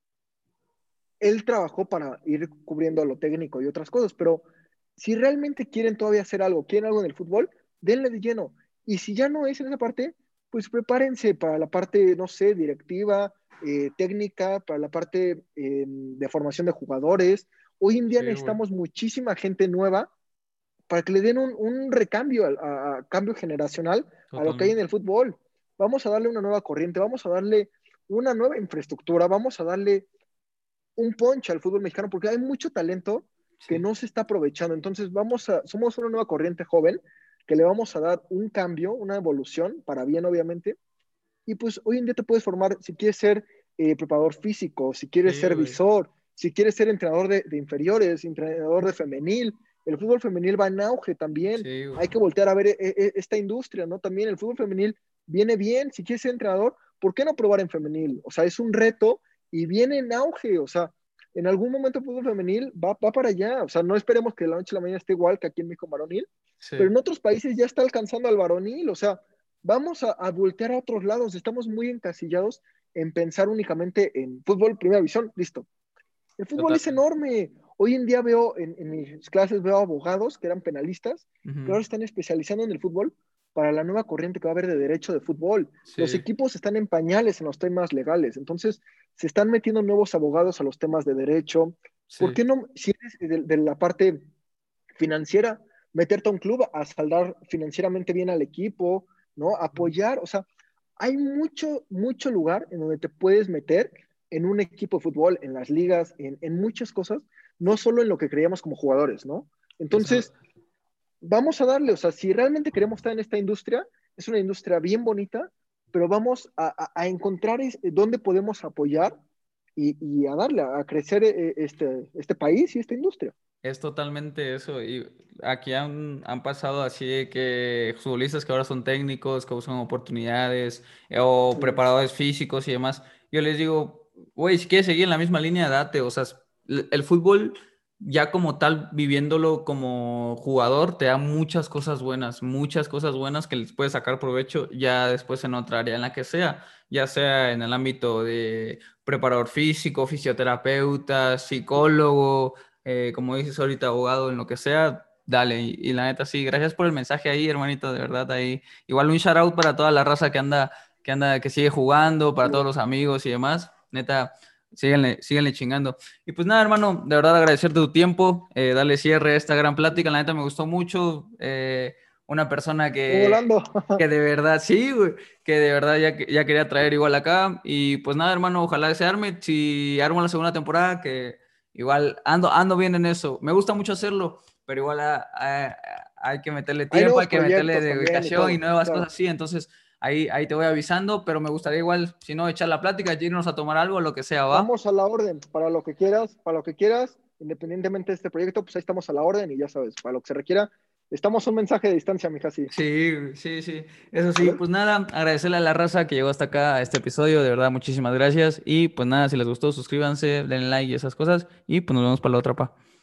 él trabajó para ir cubriendo lo técnico y otras cosas, pero si realmente quieren todavía hacer algo, quieren algo en el fútbol, denle de lleno. Y si ya no es en esa parte, pues prepárense para la parte, no sé, directiva, eh, técnica, para la parte eh, de formación de jugadores. Hoy en día sí, güey. necesitamos muchísima gente nueva para que le den un, un recambio, a, a, cambio generacional a lo que hay en Totalmente. el fútbol. Vamos a darle una nueva corriente, vamos a darle una nueva infraestructura, vamos a darle un punch al fútbol mexicano porque hay mucho talento que Sí. no se está aprovechando. Entonces, vamos a, somos una nueva corriente joven que le vamos a dar un cambio, una evolución, para bien, obviamente. Y pues hoy en día te puedes formar, si quieres ser eh, preparador físico, si quieres Sí, ser güey. visor, si quieres ser entrenador de, de inferiores, entrenador de femenil. El fútbol femenil va en auge también. Sí, güey. Hay que voltear a ver eh, eh, esta industria, ¿no? También el fútbol femenil viene bien. Si quieres ser entrenador, ¿por qué no probar en femenil? O sea, es un reto y viene en auge. O sea, en algún momento el fútbol femenil va, va para allá. O sea, no esperemos que de la noche a la mañana esté igual que aquí en México varonil, pero Sí. en otros países ya está alcanzando al varonil. O sea, vamos a, a voltear a otros lados, estamos muy encasillados en pensar únicamente en fútbol, primera visión, listo. El fútbol Total. es enorme. Hoy en día veo en, en mis clases, veo abogados que eran penalistas, que Ujú. ahora están especializando en el fútbol para la nueva corriente que va a haber de derecho de fútbol. Los Sí, equipos están en pañales en los temas legales, entonces se están metiendo nuevos abogados a los temas de derecho. ¿Por sí. qué no, si eres de, de la parte financiera, meterte a un club a saldar financieramente bien al equipo, ¿no? Apoyar, o sea, hay mucho, mucho lugar en donde te puedes meter en un equipo de fútbol, en las ligas, en, en muchas cosas, no solo en lo que creíamos como jugadores, ¿no? Eso, Entonces, vamos a darle, o sea, si realmente queremos estar en esta industria, es una industria bien bonita, pero vamos a, a, a encontrar es, dónde podemos apoyar y, y, a darle, a crecer eh, este, este país y esta industria. es totalmente eso. Y aquí han, han pasado así de que futbolistas que ahora son técnicos, que buscan oportunidades, eh, o Mm, preparadores físicos y demás. Yo les digo, güey, si quieres seguir en la misma línea, date. O sea, es- el, el fútbol, ya como tal, viviéndolo como jugador, te da muchas cosas buenas, muchas cosas buenas que les puedes sacar provecho ya después en otra área, en la que sea, ya sea en el ámbito de preparador físico, fisioterapeuta, psicólogo, eh, como dices ahorita, abogado, en lo que sea, dale. Y, y la neta, sí, gracias por el mensaje ahí, hermanito, de verdad, ahí. Igual un shout out para toda la raza que anda, que anda, que sigue jugando, para todos sí. los amigos y demás. Neta, síguenle, síguenle chingando. Y pues nada, hermano, de verdad agradecerte tu tiempo, eh, darle cierre a esta gran plática, la neta me gustó mucho. eh, una persona Estoy que, volando. que de verdad, sí, güey, que de verdad ya, ya quería traer igual acá. Y pues nada, hermano, ojalá se arme. Si armo la segunda temporada, que igual ando, ando bien en eso. Me gusta mucho hacerlo, pero igual a- a- hay que meterle Hay tiempo, hay nuevos que meterle proyectos también y dedicación y todo, nuevas claro. cosas así. Entonces ahí, ahí te voy avisando, pero me gustaría igual, si no, echar la plática, irnos a tomar algo, lo que sea, ¿va? Estamos a la orden, para lo que quieras, para lo que quieras, independientemente de este proyecto, pues ahí estamos a la orden y ya sabes, para lo que se requiera, estamos a un mensaje de distancia, mija, sí. Sí, sí, sí. Eso sí, ¿Vale? pues nada, agradecerle a la raza que llegó hasta acá a este episodio, de verdad, muchísimas gracias. Y pues nada, si les gustó, suscríbanse, denle like y esas cosas. Y pues nos vemos para la otra, pa.